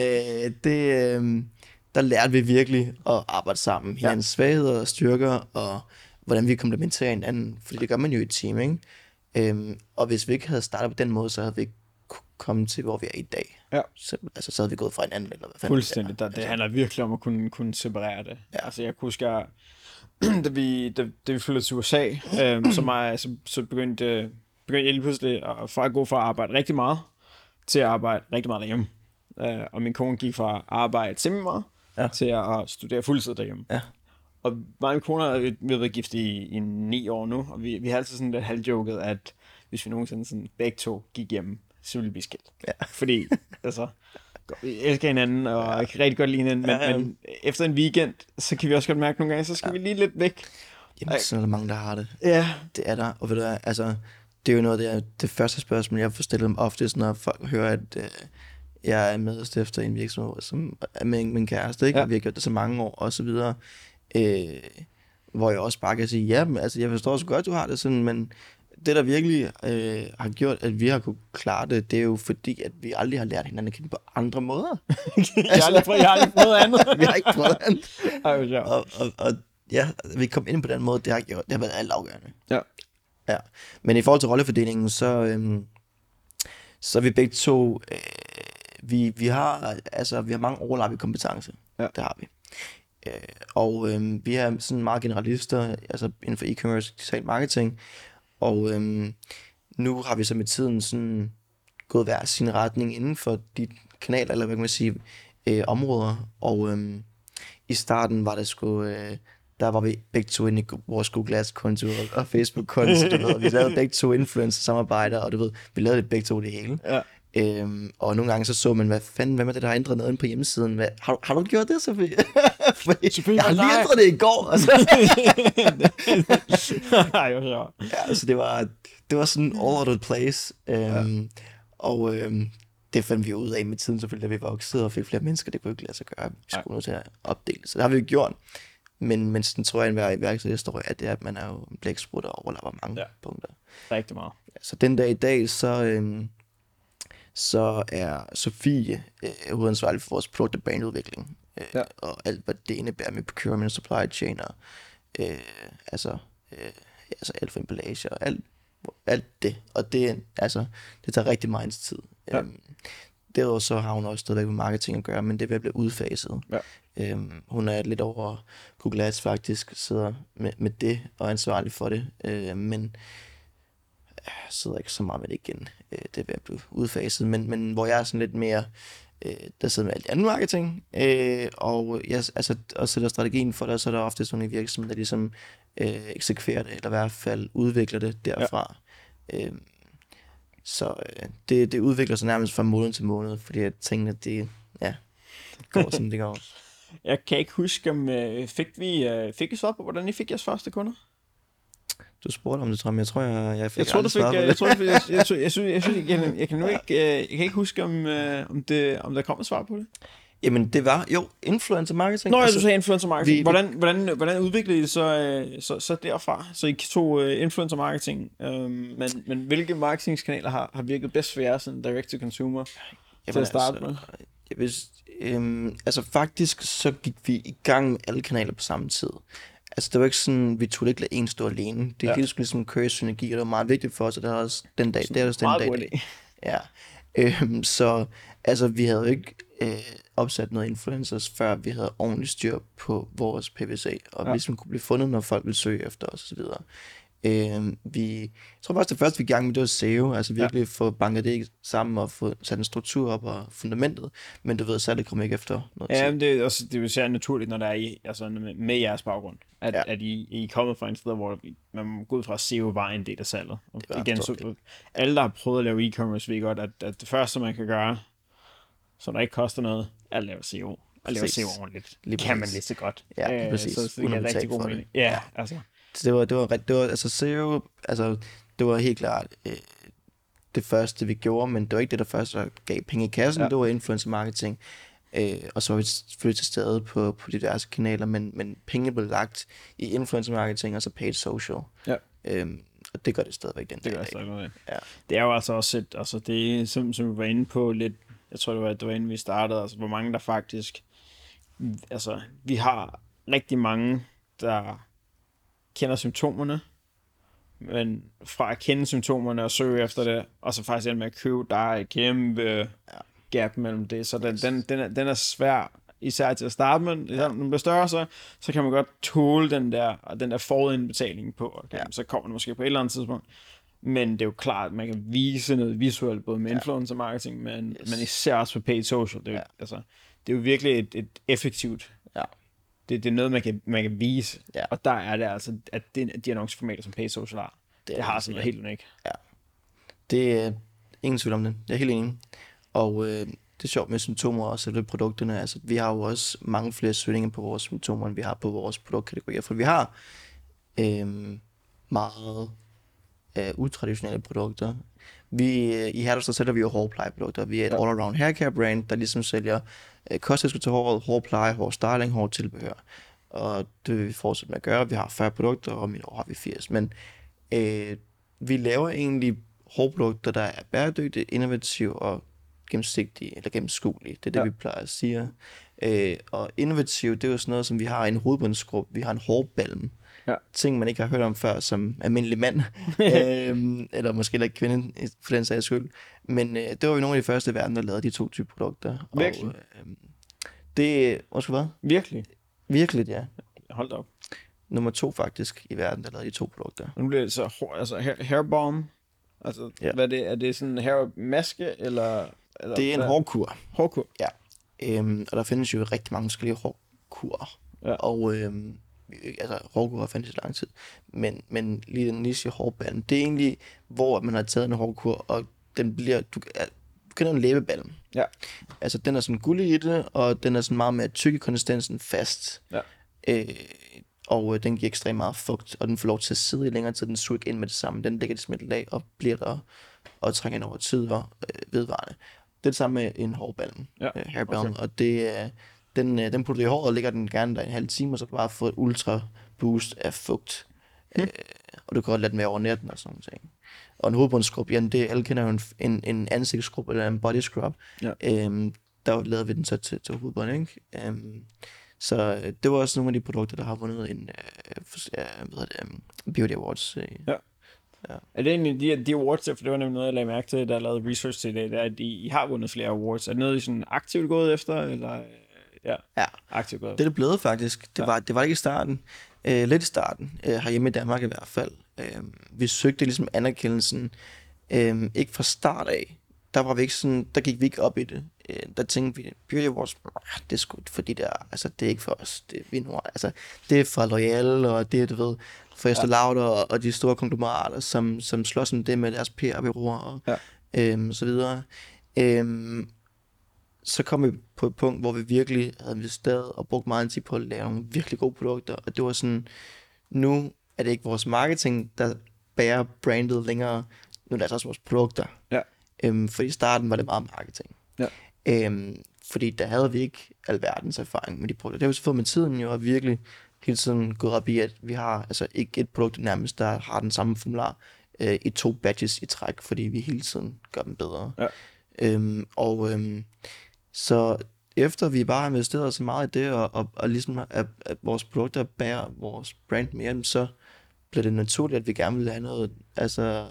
der lærte vi virkelig at arbejde sammen, hinandens svagheder og styrker, og hvordan vi komplementerer hinanden, fordi det gør man jo i et team, ikke? Og hvis vi ikke havde startet på den måde, så havde vi ikke kommet til, hvor vi er i dag. Ja. Så havde vi gået fra hinanden, eller hvad fanden. Fuldstændig. Det handler virkelig om at kunne separere det. Ja. Altså jeg kunne huske, da vi flyttede til USA, så begyndte jeg lige pludselig at gå fra at arbejde rigtig meget, til at arbejde rigtig meget derhjemme. Og min kone gik fra at arbejde simpelthen meget, til at studere fuldtid derhjemme. Ja. Og mig og min kone har været gift i 9 år nu, og vi har altid sådan lidt halvjoket, at hvis vi nogensinde sådan begge to gik hjem, så ville vi blive skilt. Ja. Fordi, altså, vi elsker hinanden, og kan rigtig godt lide hinanden, men efter en weekend, så kan vi også godt mærke nogle gange, så skal vi lige lidt væk. Jamen, sådan er der mange, der har det. Ja. Det er der, og ved du hvad, altså, det er jo noget af det første spørgsmål, jeg får stillet dem ofte, når folk hører, at jeg er medstifter i en virksomhed, som er med min kæreste, ikke? Ja. Og vi har gjort det så mange år, og så videre. Hvor jeg også bare kan sige, ja, altså, jeg forstår så godt, du har det sådan, men det, der virkelig har gjort, at vi har kunne klare det, det er jo fordi, at vi aldrig har lært hinanden at kende på andre måder. Jeg har aldrig prøvet andet. Vi har ikke prøvet andet. Og ja, vi kom ind på den måde, det har været alt afgørende. Ja. Men i forhold til rollefordelingen, så er vi begge to, vi har mange overlappende kompetencer. Ja. Det har vi. Og vi er sådan meget generalister, altså inden for e-commerce, digital marketing. Og nu har vi så med tiden sådan gået hver sin retning inden for de kanaler, eller hvad kan man sige, områder. Og i starten var det sgu, der var vi begge to inde i vores Google Ads-konto og Facebook-konto, du ved. Vi lavede begge to influencer-samarbejder, og du ved, vi lavede det begge to det hele. Ja. Og nogle gange så man, hvad er det, der har ændret noget inde på hjemmesiden? Har du gjort det, Sofie? Jeg har lige ændret det i går. Altså. Ja, altså det var sådan all over the place. Og det fandt vi ud af med tiden, selvfølgelig, da vi voksede og fik flere mennesker. Det kunne ikke lade sig gøre. Vi skulle nødt til at opdele. Så det har vi jo gjort. Men sådan tror jeg, en værksætterhistorie, at det er, at man er jo en blæksprut, der overlapper mange punkter. Rigtig meget. Så den dag i dag, så er Sofie hovedansvarlig for vores produkt- og brandudvikling. Og alt, hvad det indebærer med procurement, supply chain og altså alt for emballage og alt det. Og det, altså, det tager rigtig meget tid. Ja. Derudover så har hun også stadigvæk med marketing at gøre, men det er ved at blive udfaset. Ja. Hun er lidt over Google Ads faktisk, sidder med det og er ansvarlig for det, men sidder ikke så meget med det igen. Det er ved at blive udfaset, men hvor jeg er sådan lidt mere, der sidder med alt andet marketing, og jeg og sætter strategien for det, så er der ofte sådan en virksomhed, der ligesom eksekverer det, eller i hvert fald udvikler det derfra. Ja. Så det udvikler sig nærmest fra måned til måned, fordi jeg tænker, at det går som det går. Jeg kan ikke huske, om fik vi svar på, hvordan I fik jeres første kunder? Du spurgte om det, tror jeg. Jeg tror, jeg fik aldrig svar på det. Jeg kan ikke huske, om der kom et svar på det. Jamen, det var jo influencer marketing. Nå, du sagde influencer marketing. Hvordan udviklede I det så derfra? Så I tog influencer marketing, men hvilke marketingskanaler har virket bedst for jer, sådan direct to consumer, til at starte med? Altså faktisk så gik vi i gang med alle kanaler på samme tid. Altså det var ikke sådan, vi tog ikke lade en stå alene. Det hele skulle ligesom køre i synergi, og det var meget vigtigt for os, og det er også den dag. Det er også den dag. Ja. Så altså vi havde jo ikke opsat noget influencers, før vi havde ordentligt styr på vores PPC, og hvis man kunne blive fundet, når folk ville søge efter os, osv. Jeg tror faktisk, det første vi gik i gang med, det var SEO, altså virkelig få banket det sammen og få sat en struktur op og fundamentet, men du ved, salget kommer ikke efter noget tid. Men det er jo især naturligt, når der er med jeres baggrund, at I er kommet fra en sted, hvor man må gå ud fra, at SEO var en del af salget. Og igen, så alle, der har prøvet at lave e-commerce, ved godt, at det første, man kan gøre, så der ikke koster noget, er at lave SEO. At lave SEO ordentligt. Kan man lige så godt. Ja, præcis. Så det er rigtig god mening. Ja, altså. Så det var altså SEO, altså det var helt klart det første vi gjorde, men det var ikke det der først der gav penge i kassen, det var influencer marketing, og så var vi selvfølgelig til stede på diverse kanaler, men penge blev lagt i influencer marketing og så paid social. Ja. Og det gør det stadigvæk den dag. Ja. Det er jo altså også det som vi var inde på lidt, jeg tror det var inden vi startede, altså hvor mange der faktisk, altså vi har rigtig mange der kender symptomerne, men fra at kende symptomerne og søge efter det, og så faktisk med at købe, der er et kæmpe gap mellem det, så den er svær, især til at starte med, når den bliver større, så kan man godt tåle den der forudindbetaling på, så kommer den måske på et eller andet tidspunkt, men det er jo klart, at man kan vise noget visuelt, både med influencer marketing, men især også på paid social, det er jo virkelig et effektivt. Det er noget, man kan vise, og der er det altså, at de annonceformater, som paid social har, det har sådan noget helt unikt. Ja, det er ingen tvivl om det. Jeg er helt enig. Og det er sjovt med symptomer og selve produkterne. Altså, vi har jo også mange flere søgninger på vores symptomer, end vi har på vores produktkategorier, for vi har meget utraditionelle produkter. I Herlev så sælger vi jo hårplejeprodukter. Vi er et all-around haircare brand, der ligesom sælger kosttilskud til håret, hårpleje, hårstyling, hårtilbehør. Og det vil vi fortsætte med at gøre. Vi har 40 produkter, og i år har vi 80. Men vi laver egentlig hårprodukter, der er bæredygtige, innovative og gennemsigtige, eller gennemskuelige. Det er det, vi plejer at sige. Og innovative, det er jo sådan noget, som vi har en hovedbundsskrup, vi har en hårbalm. Ja. Ting, man ikke har hørt om før som almindelig mand, eller måske ikke kvinde, for den sags skyld. Men det var jo nogle af de første i verden, der lavede de to typer produkter. Virkelig? Og, det, måske hvad? Virkelig? Virkelig, ja. Hold op. Nummer 2 faktisk i verden, der lavede de to produkter. Nu bliver det så hairbalm. Altså, hvad er det? Er det sådan en hairmaske, eller det er en hårkur. Hårkur? Ja. Og der findes jo rigtig mange forskellige hårkurer. Ja. Og hårkur har findes i lang tid. Men lige den niche hårbalm, det er egentlig, hvor man har taget en hårkur, og den bliver, du kender en læbebalm. Ja. Altså, den er sådan gullig i det, og den er sådan meget mere tyk i konsistensen, fast. Ja. Og den giver ekstremt meget fugt, og den får lov til at sidde i længere tid, den suger ind med det samme. Den ligger det smidt lag og bliver der og trænger ind over tid og vedvarende. Det er det samme med en hårbalm, hairbalm, og den putter du i håret, og ligger den gerne der en halv time, og så kan du bare få et ultra boost af fugt. Og du kan godt lade den være over natten og sådan noget. Og en hovedbundsskrub, alle kender jo en ansigtsskrub eller en body scrub. Ja. Der lavede vi den så til hovedbunden, ikke? Så det var også nogle af de produkter, der har vundet en Beauty Awards. Ja. Er det egentlig de awards, for det var nemlig noget, jeg lagde mærke til, da jeg lavede research til det, at I har vundet flere awards. Er det noget, I sådan aktivt gået efter, eller... Ja, aktivt gået efter? Det er det blevet faktisk. Det var ikke i starten. Lidt i starten, herhjemme i Danmark i hvert fald. Vi søgte ligesom anerkendelsen, ikke fra start af. Der gik vi ikke op i det. Der tænkte vi, Beauty Awards, det er sgu fordi det er ikke for os. Det er for L'Oréal, og det er, du ved, for Estée Lauder og de store konglomerater, som slås om det med deres PR-bureauer og så videre. Så kom vi på et punkt, hvor vi virkelig havde investeret og brugt meget tid på at lave nogle virkelig gode produkter, og det var sådan, nu er det ikke vores marketing, der bærer brandet længere, nu er det altså også vores produkter. Ja. Fordi i starten var det meget marketing. Ja. Fordi der havde vi ikke alverdens erfaring med de produkter. Det har vi så fået med tiden jo, og virkelig hele tiden gået op i, at vi har altså ikke et produkt nærmest, der har den samme formular i 2 batches i træk, fordi vi hele tiden gør dem bedre. Ja. Så efter vi bare har investeret så meget i det, og ligesom at vores produkter bærer vores brand mere, så blev det naturligt, at vi gerne ville have noget, altså,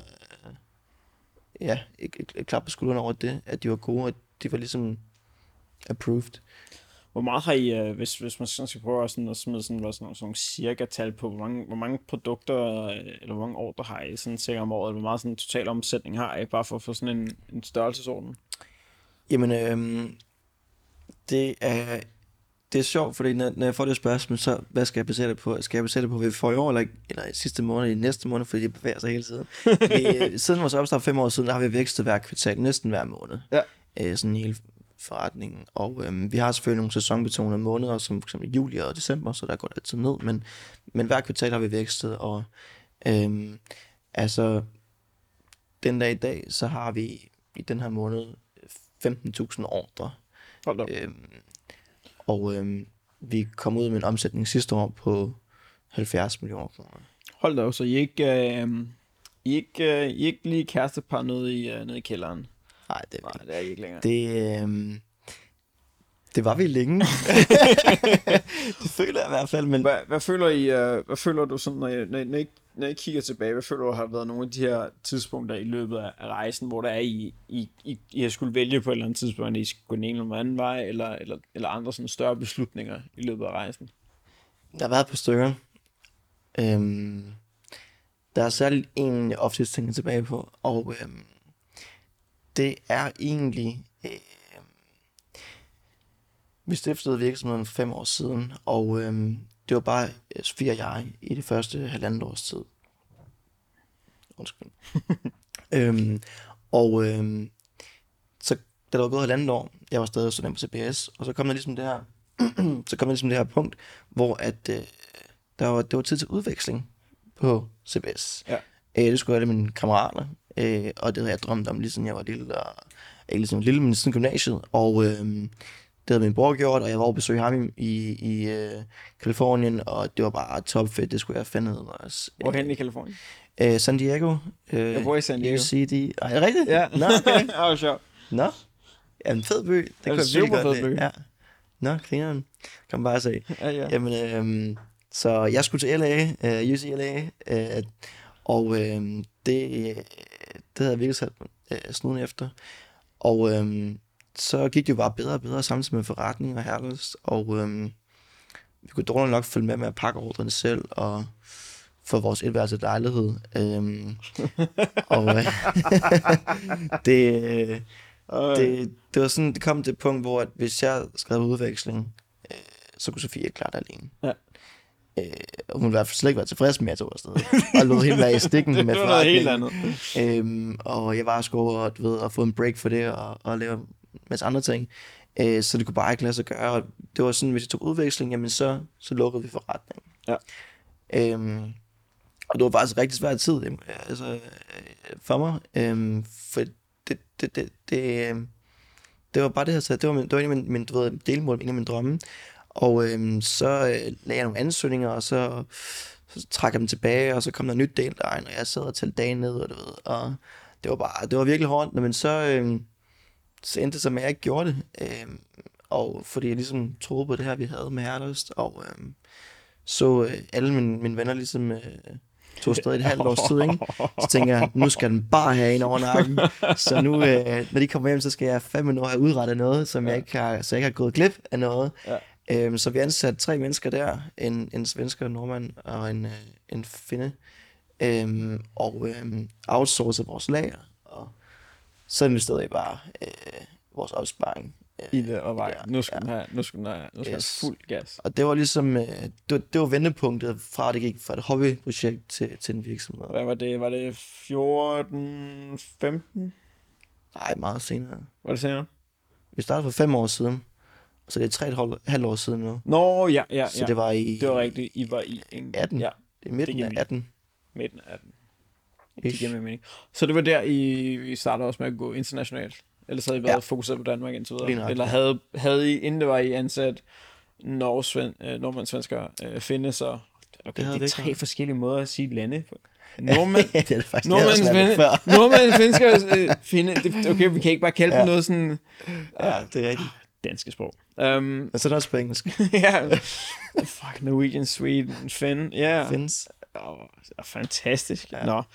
et klap på skulderen over det, at de var gode, og de var ligesom approved. Hvor meget har I, hvis man skal prøve at smide sådan nogle cirka-tal på, hvor mange produkter, eller hvor mange ordre har I sådan cirka om året, eller hvor meget sådan total omsætning har I, bare for at få sådan en størrelsesorden? Jamen, det er sjovt, fordi når jeg får det spørgsmål, så hvad skal jeg basere det på? Skal jeg basere det på, hvad vi får i år, eller i sidste måned, i næste måned, fordi det bevæger sig hele tiden. Siden vores opstart 5 år siden, der har vi vækstet hver kvartal, næsten hver måned. Ja. Sådan hele forretningen. Og vi har selvfølgelig nogle sæsonbetonede måneder, som for eksempel juli og december, så der går det altid ned, men hver kvartal har vi vækstet, og altså, den dag i dag, så har vi i den her måned 15.000 ordre. Vi kom ud med en omsætning sidste år på 70 millioner kroner. Hold da, så I ikke lige kærestepar nede i kælderen? Nej, det er I ikke længere. Det var vi længe. Det føler jeg i hvert fald. Men... Hvad føler du sådan, når I kigger tilbage, hvad føler du har været nogle af de her tidspunkter i løbet af rejsen, hvor der er I har skulle vælge på et eller andet tidspunkt, at I skulle gå den ene eller anden vej, eller andre sådan større beslutninger i løbet af rejsen? Der har været på stykker. Der er særligt en, jeg ofte tænker tilbage på, og det er egentlig... Vi stiftede virksomheden for 5 år siden, og det var bare Sofie og jeg i det første 1,5 års tid. Undskyld. Så da der var gået 1,5 år, jeg var stadig student på CBS, og så kom der ligesom det her, punkt, hvor at det var tid til udveksling på CBS. Ja. Det skulle jeg med mine kammerater, og det havde jeg drømt om lige siden jeg var lille, og ikke ligesom lille, men siden gymnasiet, og det havde min bror gjort, og jeg var over besøge ham i Californien, og det var bare top fedt, det skulle jeg finde ud også. Hvorhen i Californien? San Diego. Jeg bor i San Diego. UCD. Ej, er det rigtigt? Ja. Nå, okay. Det var sjovt. Nå, ja, en fed by. Det er en super fed by. Ja. Nå, grineren. Kan man bare se. Ja. Jamen, så jeg skulle til LA, UCLA, og det havde jeg virkelig sat snuden efter. Og så gik det jo bare bedre og bedre samtidig med forretning og Herlust, og vi kunne dårligt nok følge med at pakke ordrene selv, og for vores etværelses lejlighed. Det var sådan, det kom til et punkt, hvor at hvis jeg skrev udveksling, så kunne Sofie ikke klare det alene. Ja. Hun ville i hvert fald slet ikke være tilfreds med, at jeg tog afsted. Og lod hende være i stikken med forretningen. Det var noget helt andet. Og jeg var sgu over at få en break for det, og lave en masse andre ting. Så det kunne bare ikke lade sig gøre. Og det var sådan, hvis jeg tog udveksling, jamen så lukkede vi forretningen. Ja. Og det var faktisk en rigtig svær tid for mig. For det var bare det her, så det var en af mine delmål, en af mine drømme. Og så lagde jeg nogle ansøgninger, og så trak jeg dem tilbage, og så kom der nyt deadline, og jeg sad og talte dagen ned, og det var virkelig hårdt, men så endte det så med, at jeg ikke gjorde det. og fordi jeg ligesom troede på det her, vi havde med Herløst, og så alle mine venner ligesom tog afsted i et halvt års tid, ikke? Så tænker jeg, nu skal den bare have en over nakken. Så nu, når de kommer hjem, så skal jeg fandme nu have udrettet noget, som jeg ikke har, så jeg ikke har gået glip af noget. Ja. Så vi ansatte 3 mennesker der, en svensker, en nordmand og en finne, og outsourcede vores lager, og så investerede jeg bare vores opsparing i det, og var, nu skal den have fuld gas. Og det var ligesom, det var vendepunktet fra, at det gik fra et hobbyprojekt til en virksomhed. Hvad var det? Var det 14, 15? Nej, meget senere. Var det senere? Vi startede for 5 år siden, så det er 3,5 år siden nu. Nå, ja. Så det var i... Det var rigtigt, I var i... 18. Ja, det er midten af 18. Midten af 18. Det giver mig mening. Så det var der, I startede også med at gå internationalt? Ellers havde I været fokuseret på Danmark indtil videre? Eller havde I, inden det var I ansat nordmænd, svensker, finne, så... Okay, det er 3 forskellige måder at sige lande på. Nordmænd, det er det faktisk nordmænd, svensker, finde... Okay, vi kan ikke bare kalde dem noget sådan... Ja, det er rigtigt. Danske sprog. Og så er det også på engelsk. Ja. Fuck, Norwegian, Sweden, Finn. Ja. Finns. Fantastisk. Ja. Nå.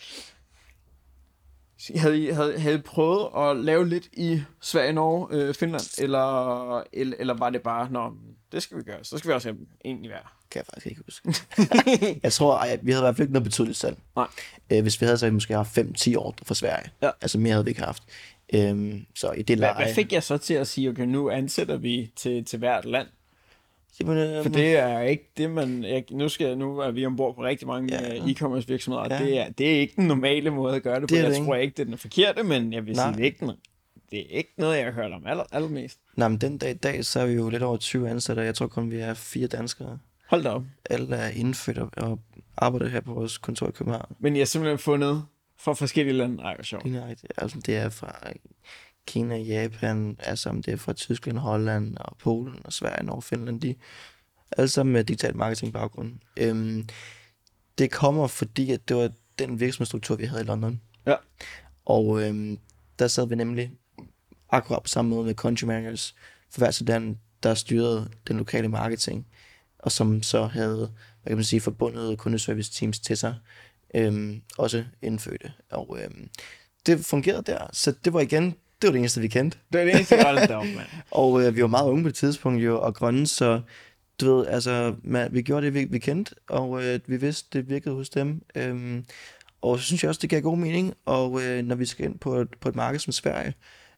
Havde I prøvet at lave lidt i Sverige, Norge, Finland, eller var det bare, det skal vi gøre, så skal vi også egentlig være? Kan jeg faktisk ikke huske. Jeg tror, vi havde i hvert fald ikke noget betydeligt salg. Nej. Hvis vi havde, så havde vi måske haft 5-10 år fra Sverige. Ja. Altså mere havde vi ikke haft. Så i det leje... Hvad fik jeg så til at sige, okay, nu ansætter vi til hvert land? Jamen, for det er ikke det, nu er vi ombord på rigtig mange e-commerce virksomheder, og det er ikke den normale måde at gøre det på. Jeg tror ikke, det er den forkerte, men jeg vil sige, det er ikke noget, jeg har hørt om allermest. Nej, men den dag i dag, så er vi jo lidt over 20 ansatte, og jeg tror kun, vi er 4 danskere. Hold da op. Alle er indfødt og arbejder her på vores kontor i København. Men I har simpelthen fundet fra forskellige lande? Ej, hvor sjovt. Altså, det er fra Kina, Japan, altså det er fra Tyskland, Holland og Polen og Sverige og Finland, de alle sammen med digital marketing baggrund. Det kommer fordi, at det var den virksomhedsstruktur, vi havde i London. Ja. Og der sad vi nemlig akkurat på samme måde med country managers for hver sådan, der styrede den lokale marketing, og som så havde, hvad kan man sige, forbundet kundeservice teams til sig, også indfødte. Og det fungerede der, så det var det eneste, vi kendte. Det var det eneste, mand. Og vi var meget unge på det tidspunkt jo, og grønne, så du ved, altså, vi gjorde det, vi kendte, og vi vidste, det virkede hos dem. Og så synes jeg også, det gav god mening, og når vi skal ind på et marked som Sverige,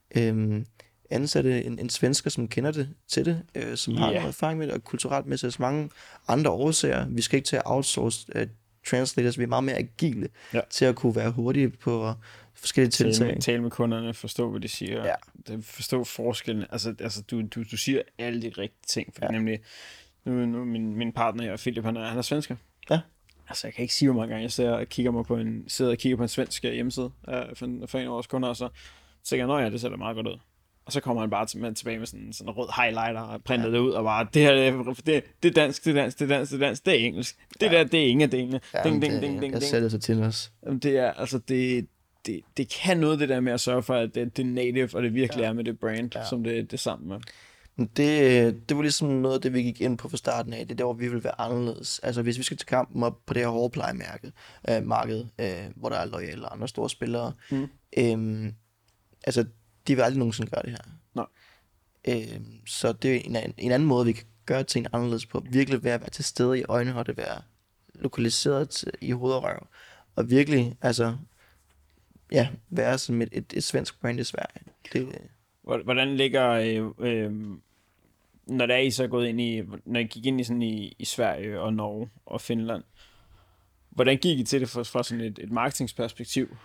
ansatte en svensker, som kender det til det, som har noget erfaring med det, og kulturelt med sig mange andre årsager. Vi skal ikke til at outsource translators, vi er meget mere agile til at kunne være hurtige på forskellige tiltag. Tale med kunderne, forstå, hvad de siger. Ja. Forstå forskellen. Altså du siger alle de rigtige ting, for nemlig, nu min partner, Philip, han er svensker. Ja. Altså, jeg kan ikke sige, hvor mange gange jeg sidder og kigger på en svensk hjemmeside for en af vores kunder, og så tænker jeg, det ser da meget godt ud. Og så kommer han bare tilbage med sådan en rød highlighter og printer det ud, og bare, det her, det er dansk, det er dansk, det er dansk, det er dansk, det er engelsk. Det der, det er ingen af delene. Ding, ding, ding, ding. Jeg sætter sig til os. Det er, altså, det kan noget, det der med at sørge for, at det er native, og det virkelig er med det brand, som det er sammen med. Det var ligesom noget af det, vi gik ind på fra starten af. Det er der, hvor vi vil være anderledes. Altså, hvis vi skal til kampen op på det her hårdplejemarked, hvor der er L'Oreal og andre store spillere, altså, de vil aldrig nogensinde gøre det her. Nej. Så det er en anden måde, vi kan gøre ting anderledes på. Virkelig være til stede i øjnehøjde, være lokaliseret i hoved og røv, og virkelig, altså, være som et svensk brand i Sverige. Hvordan ligger, når der er I så gået ind i, når I gik ind i sådan i Sverige og Norge og Finland, hvordan gik I til det fra sådan et marketingsperspektiv?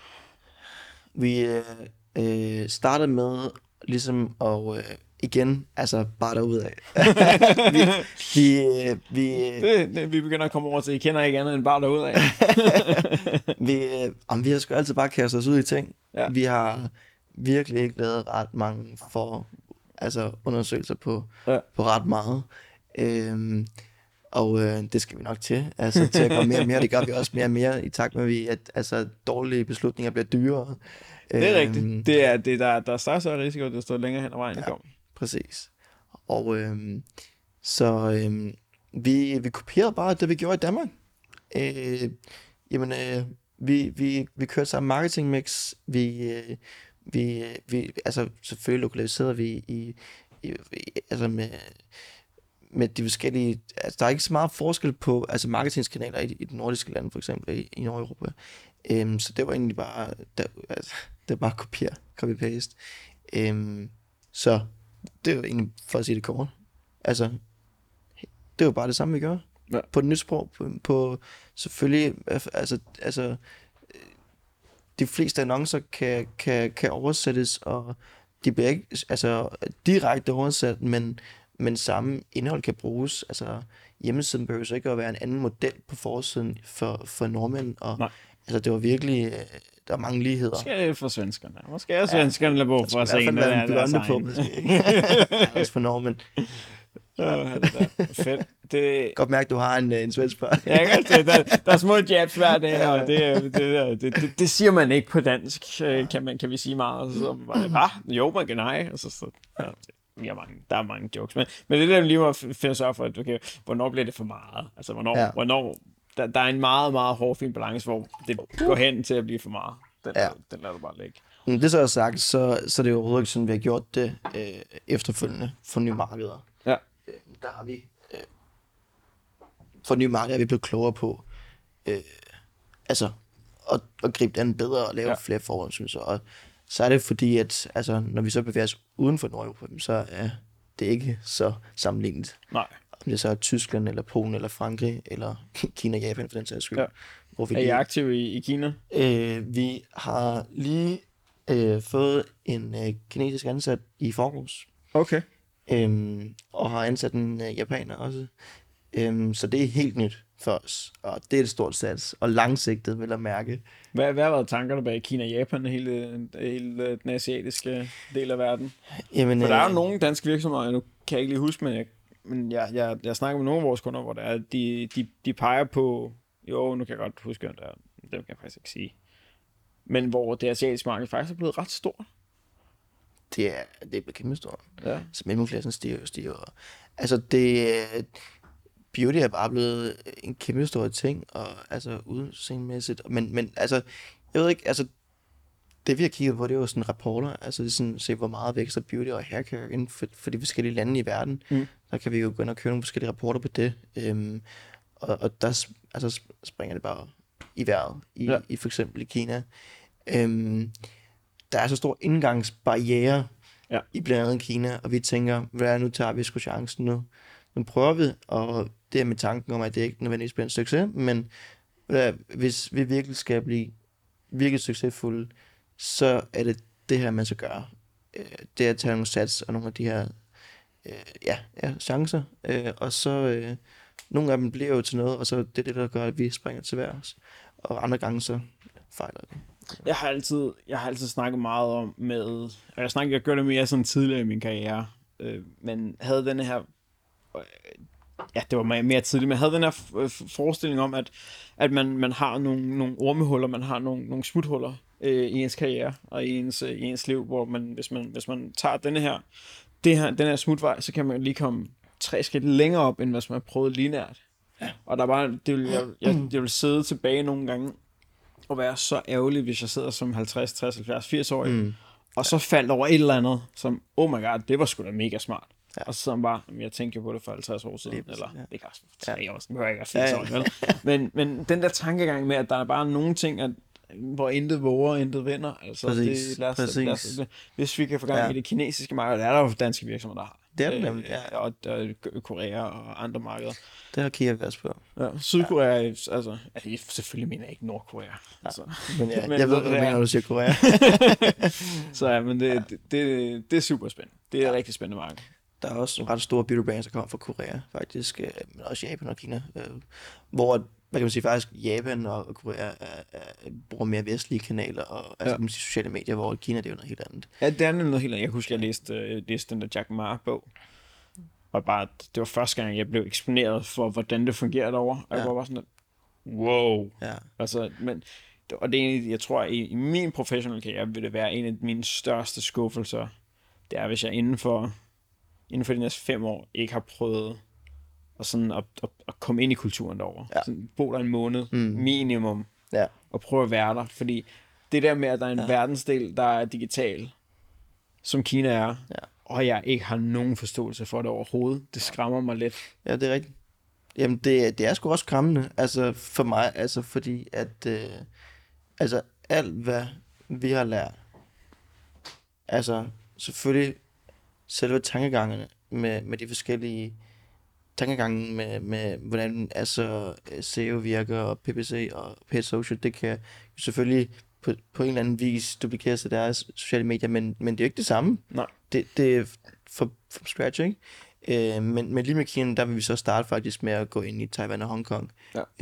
Vi startede med ligesom at igen, altså bare derudad. vi begynder at komme over til, I kender ikke andet end bare derudad. Vi har sgu altid bare kastet os ud i ting. Ja. Vi har virkelig ikke lavet ret mange undersøgelser på ret meget. Og det skal vi nok til. Altså til at komme mere og mere. Det gør vi også mere og mere i takt med, at dårlige beslutninger bliver dyrere. Det er rigtigt. Det er der er større risiko, at det står længere hen ad vejen. Ja, præcis. Og vi kopierede bare det, vi gjorde i Danmark. Vi kørte sammen marketing mix. Altså selvfølgelig lokaliserede vi altså med de forskellige, altså der er ikke så meget forskel på altså marketingskanaler i de nordiske lande, for eksempel i Nordeuropa. Så det var egentlig bare, det var bare copy-paste. Så det var egentlig, for at sige det kort, altså det var bare det samme, vi gør. Ja. På et nyt sprog, på selvfølgelig, altså de fleste annoncer kan oversættes, og de bliver ikke altså direkte oversat, men samme indhold kan bruges. Altså hjemmesiden behøver så ikke at være en anden model på forsiden for nordmænd, og altså det var virkelig, der er mange ligheder. Måske for svenskerne. Måske er svenskerne lidt brug for at se en, der er blonde på, måske. Også for nordmænd. Ja, det er fedt. Det... Godt mærke, du har en svensk part. Ja, der er små jabs hver dag, og det siger man ikke på dansk, kan vi sige meget. Så jo, man kan nej. Og så der er mange jokes. Men det er det, lige må finde sig for, at okay, hvornår bliver det for meget? Altså, hvornår der er en meget, meget hård, fin balance, hvor det går hen til at blive for meget. Den lader du bare ligge. Det så er sagt, så er det jo overhovedet ikke sådan, vi har gjort det efterfølgende for nye markeder. Ja. Der har vi for nye markeder er vi blevet klogere på altså at gribe den bedre og lave flere forhold, synes jeg. Og så er det fordi, at altså, når vi så bevæger os uden for Nordeuropa, så er det ikke så sammenlignet. Nej. Om det så er Tyskland, eller Polen, eller Frankrig, eller Kina og Japan for den sags skyld. Ja. Er I aktive i Kina? Vi har lige fået en kinesisk ansat i forgårs. Okay. Og har ansat en japaner også. Så det er helt nyt for os, og det er et stort sats, og langsigtet vil jeg mærke. Hvad har været tankerne bag Kina og Japan, hele den asiatiske del af verden? Jamen, for der er jo nogle danske virksomheder, nu kan jeg ikke lige huske, men jeg snakker med nogle af vores kunder, hvor der er, de peger på, jo, nu kan jeg godt huske, dem kan jeg faktisk ikke sige, men hvor det asiatiske marked faktisk er blevet ret stort. Det er blevet kæmpe stort. Ja. Så mellemklassen stiger. Altså beauty er bare blevet en kæmpe stor ting, og altså udseendemæssigt, men altså, jeg ved ikke, altså, det vi har kigget på, det er jo sådan rapporter, altså det er sådan, se hvor meget vækster beauty og haircare inden for de forskellige lande i verden. Der kan vi jo gå ind og køre nogle forskellige rapporter på det, og der altså, springer det bare i vejret, i for eksempel i Kina. Der er så stor indgangsbarriere i blandt andet Kina, og vi tænker, nu tager vi sgu chancen nu. Nu prøver vi, og det er med tanken om, at det ikke nødvendigvis bliver en succes, men hvis vi virkelig skal blive virkelig succesfulde, så er det her, man skal gøre. Det er at tage nogle sats og nogle af de her chancer, og så nogle af dem bliver jo til noget, og så det er det, der gør, at vi springer til værs, og andre gange så fejler det. Jeg har altid snakket meget om jeg gør det mere sådan tidligere i min karriere, men havde den her det var mere tidligt, men havde den her forestilling om, at man har nogle ormehuller, man har nogle smuthuller i ens karriere og i ens liv, hvor hvis man tager den her smutvej, så kan man lige komme 3 skridt længere op, end hvis man har prøvet lineært. Ja. Og der bare, det vil sidde tilbage nogle gange og være så ærgerlig, hvis jeg sidder som 50, 60, 70, 80-årig, og så faldt over et eller andet, som, oh my god, det var sgu da mega smart. Ja. Og så bare, jeg tænkte jo på det for 50 år siden, eller det kan også 3 år siden, det ikke 80 år, vel? Men den der tankegang med, at der er bare nogle ting, hvor intet våger, intet vinder, altså lad os, hvis vi kan få gang i det kinesiske marked, der er der jo danske virksomheder, der har. Det er det nemlig, og Korea og andre markeder. Det har Kia været på. Ja, Sydkorea, altså selvfølgelig mener jeg ikke Nordkorea. Altså. Men jeg ved, hvad du mener, når du siger Korea. Så ja, men det er super spændende. Det er et rigtig spændende marked. Der er også nogle ret store beauty brands, der kommer fra Korea, faktisk, men også Japan og Kina, hvor, hvad kan man sige, faktisk Japan og Korea bruger mere vestlige kanaler, og altså, kan man sige, sociale medier, hvor Kina, det er jo noget helt andet. Ja, det er noget helt andet. Jeg husker, jeg læste den der Jack Ma-bog, og bare, det var første gang, jeg blev eksponeret for, hvordan det fungerer derovre, og jeg var bare sådan, wow. Ja. Altså, men, og det er egentlig, jeg tror, i min professionelle karriere, vil det være en af mine største skuffelser, det er, hvis jeg inden for inden for de næste 5 år ikke har prøvet at komme ind i kulturen derovre. Ja. Sådan, bo der en måned minimum, Ja. og prøve at være der. Fordi det der med, at der er en verdensdel, der er digital, som Kina er, og jeg ikke har nogen forståelse for det overhovedet, det skræmmer mig lidt. Ja, det er rigtigt. Jamen, det er sgu også skræmmende, altså for mig, altså fordi at, altså alt hvad vi har lært, altså selvfølgelig selve tankegangene med de forskellige tankegange med hvordan altså SEO virker og PPC og paid social, det kan jo selvfølgelig på en eller anden vis duplikere sig deres sociale medier, men det er jo ikke det samme. Nej. Det er from scratch, ikke? Men lige med Kina, der vil vi så starte faktisk med at gå ind i Taiwan og Hongkong,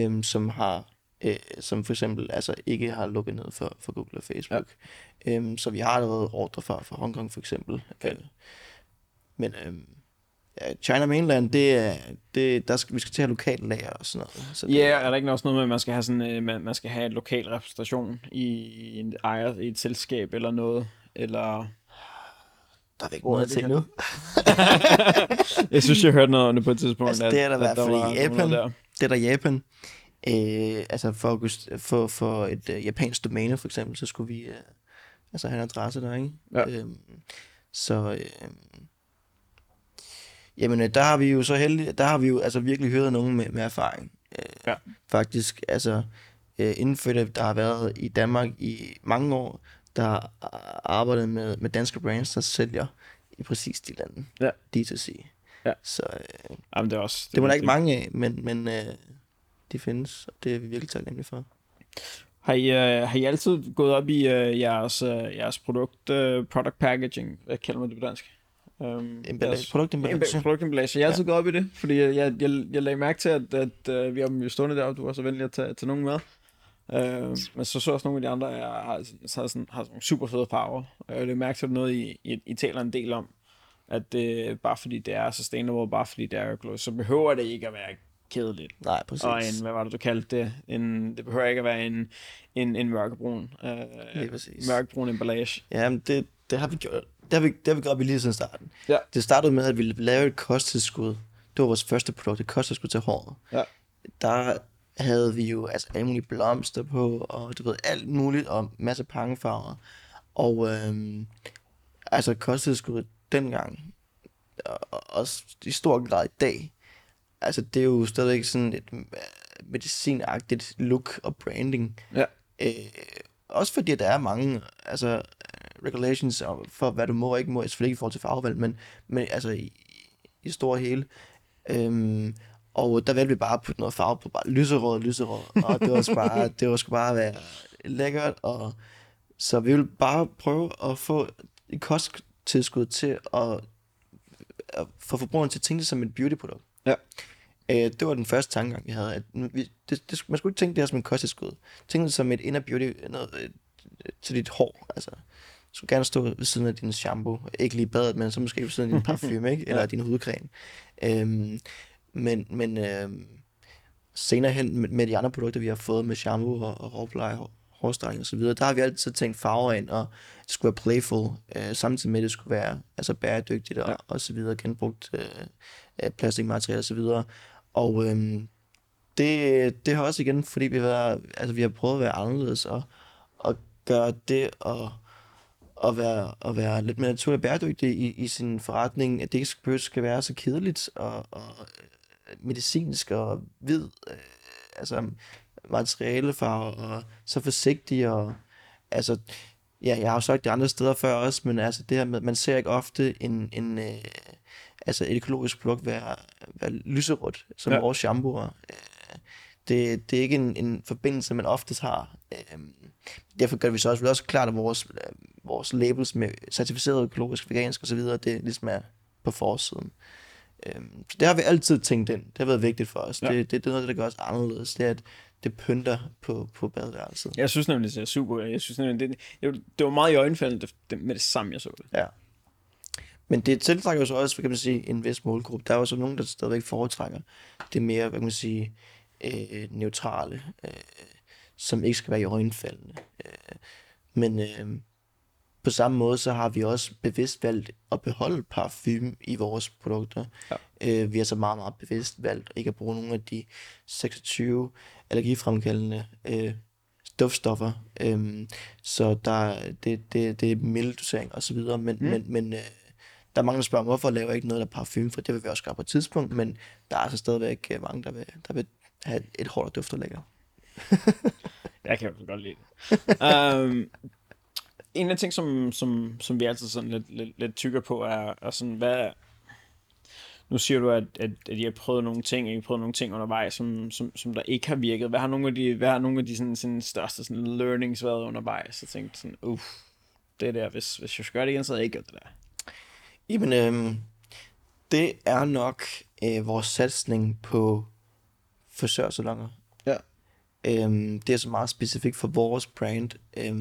som for eksempel altså ikke har lukket ned for Google og Facebook. Ja. Så vi har allerede ordre for Hongkong for eksempel. Okay. Men China Mainland, vi skal til at have lokale lager og sådan noget. Så er der ikke også noget med, at man skal have sådan, man skal have en lokal repræsentation i et selskab eller noget, eller... Der er ikke noget til nu. Jeg synes, jeg hørte noget om det på et tidspunkt. Altså, det er der i hvert fald i Japan. Det er der Japan. Altså for et japansk domæne for eksempel, så skulle vi have en adresse der, ikke? Ja. Jamen, der har vi jo så heldigt, der har vi jo altså virkelig hørt nogen med erfaring. Faktisk, altså indfødte, der har været i Danmark i mange år, der har arbejdet med danske brands, der sælger i præcis de lande. Ja. D2C. Ja. Så jamen, det er også... Det var der ikke mange af, men de findes, og det er vi virkelig taknemmelige for. Har I altid gået op i jeres product packaging? Hvad kalder man det på dansk? Produktemballage. Jeg har altid gået op i det, fordi jeg lagde mærke til, at vi har jo stående der, og du var så venlig at tage nogen med. Men så også nogle af de andre har sådan nogle super fede farver. Jeg lagde mærke til noget, I taler en del om, at bare fordi det er sustainable, bare fordi det er økologisk, så behøver det ikke at være kedeligt. Nej, præcis. Og hvad var det, du kaldte det? Det behøver ikke at være en mørkebrun. Mørkebrun emballage. Jamen, det har vi gjort. Det har vi gjort lige siden starten. Ja. Det startede med, at vi lavede et kosttilskud. Det var vores første produkt, et kosttilskud til håret. Ja. Der havde vi jo altså alle mulige blomster på, og du ved, alt muligt, og masser af pangefarver. Og altså kosttilskuddet dengang, og også i stor grad i dag, altså det er jo stadigvæk sådan et medicinagtigt look og branding. Ja. Også fordi der er mange altså regulations for hvad du må og ikke må, selvfølgelig ikke i forhold til farvevalg, men altså i store hele. Og der valgte vi bare at putte noget farve på, bare lyserød, og det var sgu bare være lækkert, og så vi ville bare prøve at få et kosttilskud til at få forbrugeren til at tænke det som et beautyprodukt. Ja. Det var den første tankegang, vi havde. At man skulle ikke tænke det her som en kosttilskud. Tænke det som et inner beauty noget, til dit hår. Altså, du skulle gerne stå ved siden af din shampoo. Ikke lige badet, men så måske ved siden af din parfume, ikke? Eller din hudcreme. Men senere hen med de andre produkter, vi har fået med shampoo og hårpleje, hårstrækning og så videre, der har vi altid tænkt farver ind, og det skulle være playful, samtidig med, at det skulle være altså bæredygtigt og så videre, genbrugt plastikmateriale og så videre. Og det har også igen, fordi vi har prøvet at være anderledes og gøre det og være lidt mere naturligt bæredygtig i sin forretning, at det ikke skal være så kedeligt og medicinsk og hvid, altså materialefarver og så forsigtig og altså jeg har jo sagt det andre steder før også, men altså det her med, man ser ikke ofte altså et økologisk produkt være lyserødt som vores shampooer. Det er ikke en forbindelse, man oftest har. Derfor gør vi så også klart, at vores labels med certificeret økologisk, vegansk osv., det ligesom er på forsiden. Så det har vi altid tænkt ind. Det har været vigtigt for os. Ja. Det er noget, der gør os anderledes. Det er, at det pynter på badeværelset. Jeg synes nemlig, det er super. Jeg synes nemlig, det var meget i øjenfaldende med det samme, jeg så det. Ja. Men det tiltrækker jo så også, kan man sige, en vis målgruppe. Der er jo så nogen, der stadigvæk foretrækker det mere, hvad kan man sige, neutrale, som ikke skal være i øjenfaldende. Men på samme måde, så har vi også bevidst valgt at beholde parfume i vores produkter. Ja. Vi har så meget, meget bevidst valgt ikke at bruge nogle af de 26 allergifremkaldende duftstoffer. Så det er mild dosering og så videre, men der er mange, der spørger, hvorfor laver jeg ikke noget, der er parfume, for det vil vi også gøre på et tidspunkt, men der er altså stadigvæk mange, der vil have et hårdt duft, der lækker. Jeg kan jo godt lide det. En af ting, som vi altid sådan lidt tykker på, er sådan, hvad... Nu siger du, at I har prøvet nogle ting, I har prøvet nogle ting undervejs, som der ikke har virket. Hvad har nogle af de sådan største sådan learnings været undervejs? Så tænkte sådan, det der, hvis jeg skulle gøre det igen, så havde jeg ikke gjort det der. Jamen, det er nok vores satsning på frisørsalonger. Ja. Det er så meget specifikt for vores brand.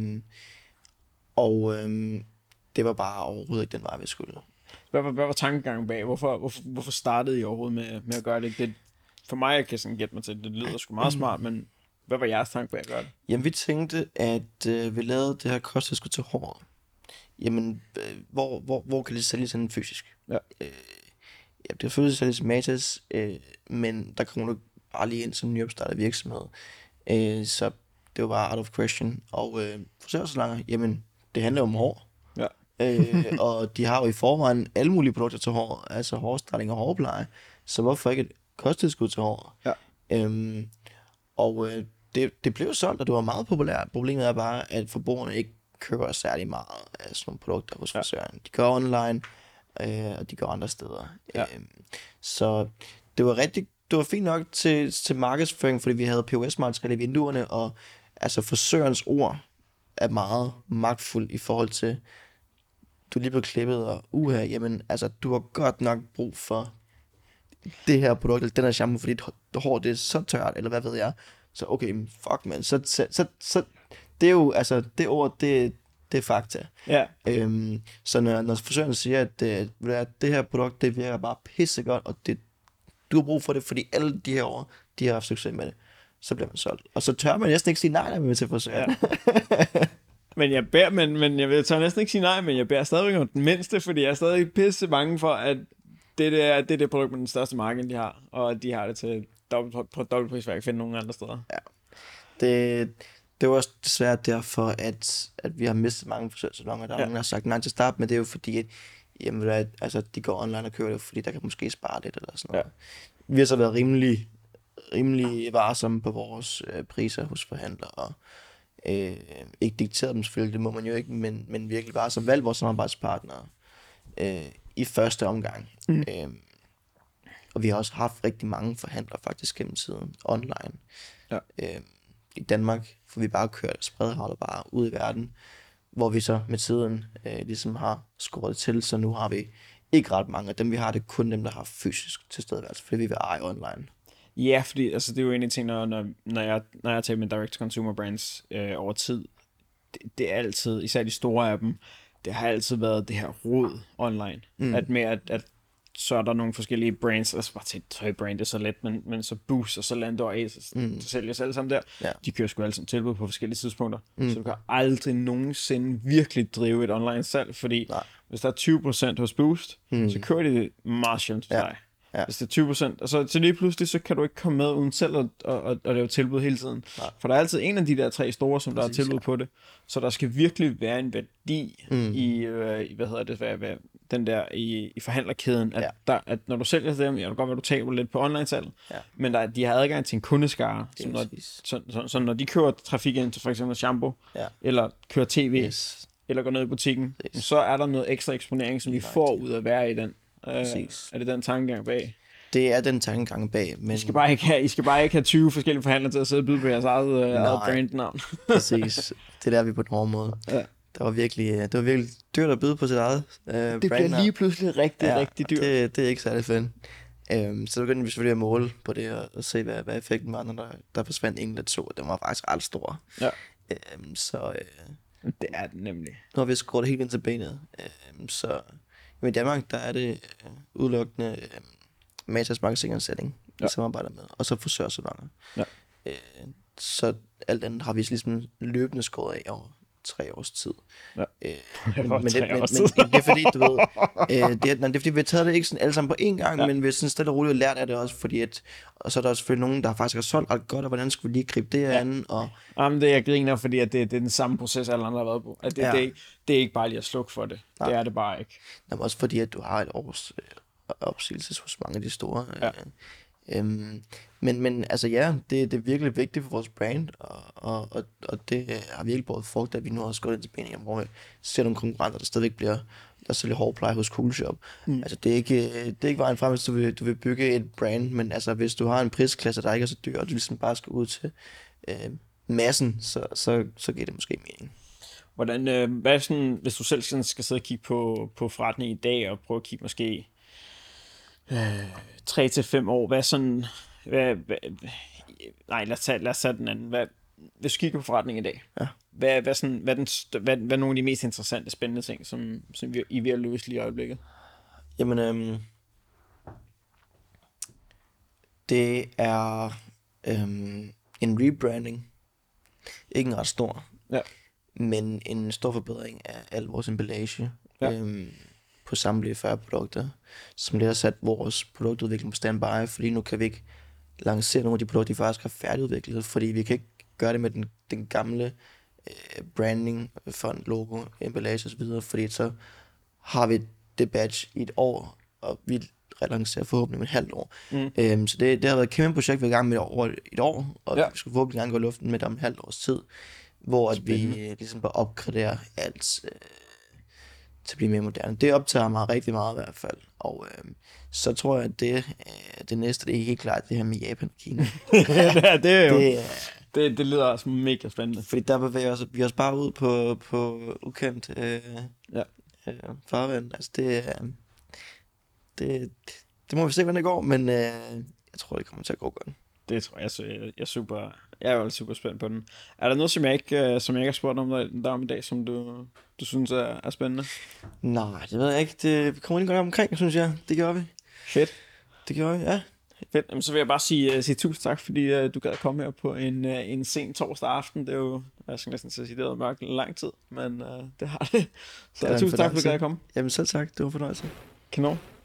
Det var bare overhovedet ikke den vej, vi skulle. Hvad var tankegangen bag? Hvorfor startede I overhovedet med at gøre det? For mig, jeg kan sådan gætte mig til, det lyder sgu meget smart, men hvad var jeres tanke bag at gøre det? Jamen, vi tænkte, at vi lavede det her kosttilskud til håret. Jamen, hvor kan det sælges sådan fysisk? Ja. Det er selvfølgelig sælges Matas, men der kommer du bare lige ind som nyopstartet virksomhed. Så det var bare out of question. Og frisørsalonger, jamen, det handler om hår. Ja. Og de har jo i forvejen alle mulige produkter til hår, altså hårstrætning og hårpleje. Så hvorfor ikke et kosttilskud til hår? Ja. Det blev solgt, og det var meget populært. Problemet er bare, at forbrugerne ikke køber særlig meget af sådan nogle produkter hos frisøren. De går online, og de går andre steder. Ja. Så det var fint nok til markedsføring, fordi vi havde POS-materiale i vinduerne, og altså frisørens ord er meget magtfuld i forhold til, du er lige blevet klippet, og jamen, altså, du har godt nok brug for det her produkt, eller den her shampoo, fordi dit hår, det er så tørt, eller hvad ved jeg. Så okay, fuck man, så det er jo, altså, det ord, det er fakta. Ja. Så når frisøren siger, at det her produkt, det virker bare pissegodt, og du har brug for det, fordi alle de her år, de har haft succes med det, så bliver man solgt. Og så tør man næsten ikke sige nej, når man er til frisøren. Ja. Men jeg tør næsten ikke sige nej, men jeg beder stadigvæk om den mindste, fordi jeg er stadig pisse bange for, at det er det produkt med den største marked, de har, og de har det til dobbeltpris, hvad jeg kan finde nogen andre steder. Ja. Det var også desværre derfor, at vi har mistet mange frisørsalonger. Der er nogen, der har sagt nej til start, men det er jo fordi, at jamen, altså, de går online og køber det, fordi der kan måske spare lidt eller sådan noget. Ja. Vi har så været rimelig varsomme på vores priser hos forhandlere, og ikke dikteret dem selvfølgelig, det må man jo ikke, men virkelig bare så valgt vores samarbejdspartnere i første omgang. Og vi har også haft rigtig mange forhandlere faktisk gennem tiden online. Ja. I Danmark får vi bare kørt spredhavler bare ud i verden, hvor vi så med tiden ligesom har skåret til, så nu har vi ikke ret mange af dem. Vi har det kun dem, der har fysisk tilstedeværelse, fordi vi vil eje online. Ja, fordi altså, det er jo en af tingene, når jeg tager med direct-to-consumer brands over tid, det er altid, især de store af dem, det har altid været det her rod online. At så er der nogle forskellige brands, altså bare til et tøjbrand, det er så let, men så Boost og så Landor og Ace, så sælger sig alle sammen der. Ja. De kører sgu alle sammen tilbud på forskellige tidspunkter, så du kan aldrig nogensinde virkelig drive et online salg, fordi hvis der er 20% hos Boost, så kører de det meget sjældent til dig. Ja. Hvis det er 20%, og så lige pludselig, så kan du ikke komme med uden selv at lave tilbud hele tiden. Nej. For der er altid en af de der 3 store, som der er tilbud på det. Så der skal virkelig være en værdi i den der i forhandlerkæden, at når du sælger til dem, det kan godt være, du taber lidt på online-salg, men de har adgang til en kundeskare, så når de kører trafik ind til for eksempel shampoo, eller kører tv, eller går ned i butikken, så er der noget ekstra eksponering, som de får ud af at være i den. Er det den tankegang bag? Det er den tankegang bag, men... I skal bare ikke have 20 forskellige forhandlere til at sidde og byde på jeres eget brandnavn. Præcis. Det der vi på den hårde måde. Ja. Det var virkelig dyrt at byde på sit eget brandnavn. Det bliver lige pludselig rigtig dyrt. Det er ikke særlig fedt. Så begyndte vi selvfølgelig at måle på det og se, hvad effekten var, når der forsvandt en eller to. Den var faktisk ret stor. Ja. Det er den nemlig. Nu har vi skåret det helt ind til benet. Men i Danmark, der er det udelukkende Matas marketingansætning, vi samarbejder med, og så frisørsalonger. Ja. Så alt andet har vi ligesom løbende skåret af over 3 års tid. Ja. Men det er fordi, du ved, det er fordi, vi har taget det ikke sådan alle sammen på én gang, men vi har sådan stille og roligt lært af det også, fordi og så er der også selvfølgelig nogen, der faktisk har solgt ret godt, og hvordan skulle vi lige gribe det an? Og Jamen, det er jeg griner, fordi at det er den samme proces, alle andre har været på. At det er ikke bare lige at slukke for det. Nej. Det er det bare ikke. Jamen, også fordi, at du har et års opsigelse hos mange af de store. Ja. Men altså ja, det er virkelig vigtigt for vores brand, og det har virkelig båret frugt, at vi nu også gået ind til Benjamin, hvor vi ser nogle konkurrenter, der stadigvæk bliver, der sælger hårpleje hos Coolshop. Altså det er ikke vejen frem, hvis du vil bygge et brand, men altså hvis du har en prisklasse, der ikke er så dyr, og du ligesom bare skal ud til massen, så giver det måske mening. Hvordan, hvad sådan, hvis du selv skal sidde og kigge på forretning i dag, og prøve at kigge måske 3 til 5 år, hvad sådan, nej, lad os tage den anden. Hvis du kigger på forretningen i dag, hvad er nogle af de mest interessante, spændende ting, som I vil løse lige i øjeblikket? Jamen, det er en rebranding. Ikke en ret stor, men en stor forbedring af al vores emballage. På samtlige 40 produkter, som lidt har sat vores produktudvikling på standby, fordi nu kan vi ikke lancere nogle af de produkter, de faktisk har færdigudviklet, fordi vi kan ikke gøre det med den gamle branding, font, logo, emballage osv., fordi så har vi det badge i et år, og vi relancerer forhåbentlig med et halvt år. Så det har været et kæmpe projekt, vi er i gang med over et år, og vi skal forhåbentlig gerne gå i luften med det om et halvt års tid, hvor at vi ligesom bare opgraderer alt til at blive mere moderne. Det optager mig rigtig meget i hvert fald. Og så tror jeg, at det næste, det er helt klart det her med Japan og Kina. det er jo... Det lyder også mega spændende. Fordi der bevæger vi os bare ud på ukendt farvand. Altså det må vi se, hvordan det går, men jeg tror, det kommer til at gå godt. Det tror jeg. Jeg er jo super spændt på den. Er der noget, som jeg ikke har spurgt om der om i dag, som du synes er spændende? Nej, det ved jeg ikke. Det kommer lige godt omkring, synes jeg. Det gør vi. Fedt. Det gør vi, ja. Fedt. Jamen, så vil jeg bare sige tusind tak, fordi du gad at komme her på en sen torsdag aften. Det er jo, jeg skal næsten sige, det har været mørkt lang tid, men det har det. Så tusind tak, fordi du gad at komme. Jamen selv tak. Det var fornøjelse. Kanon.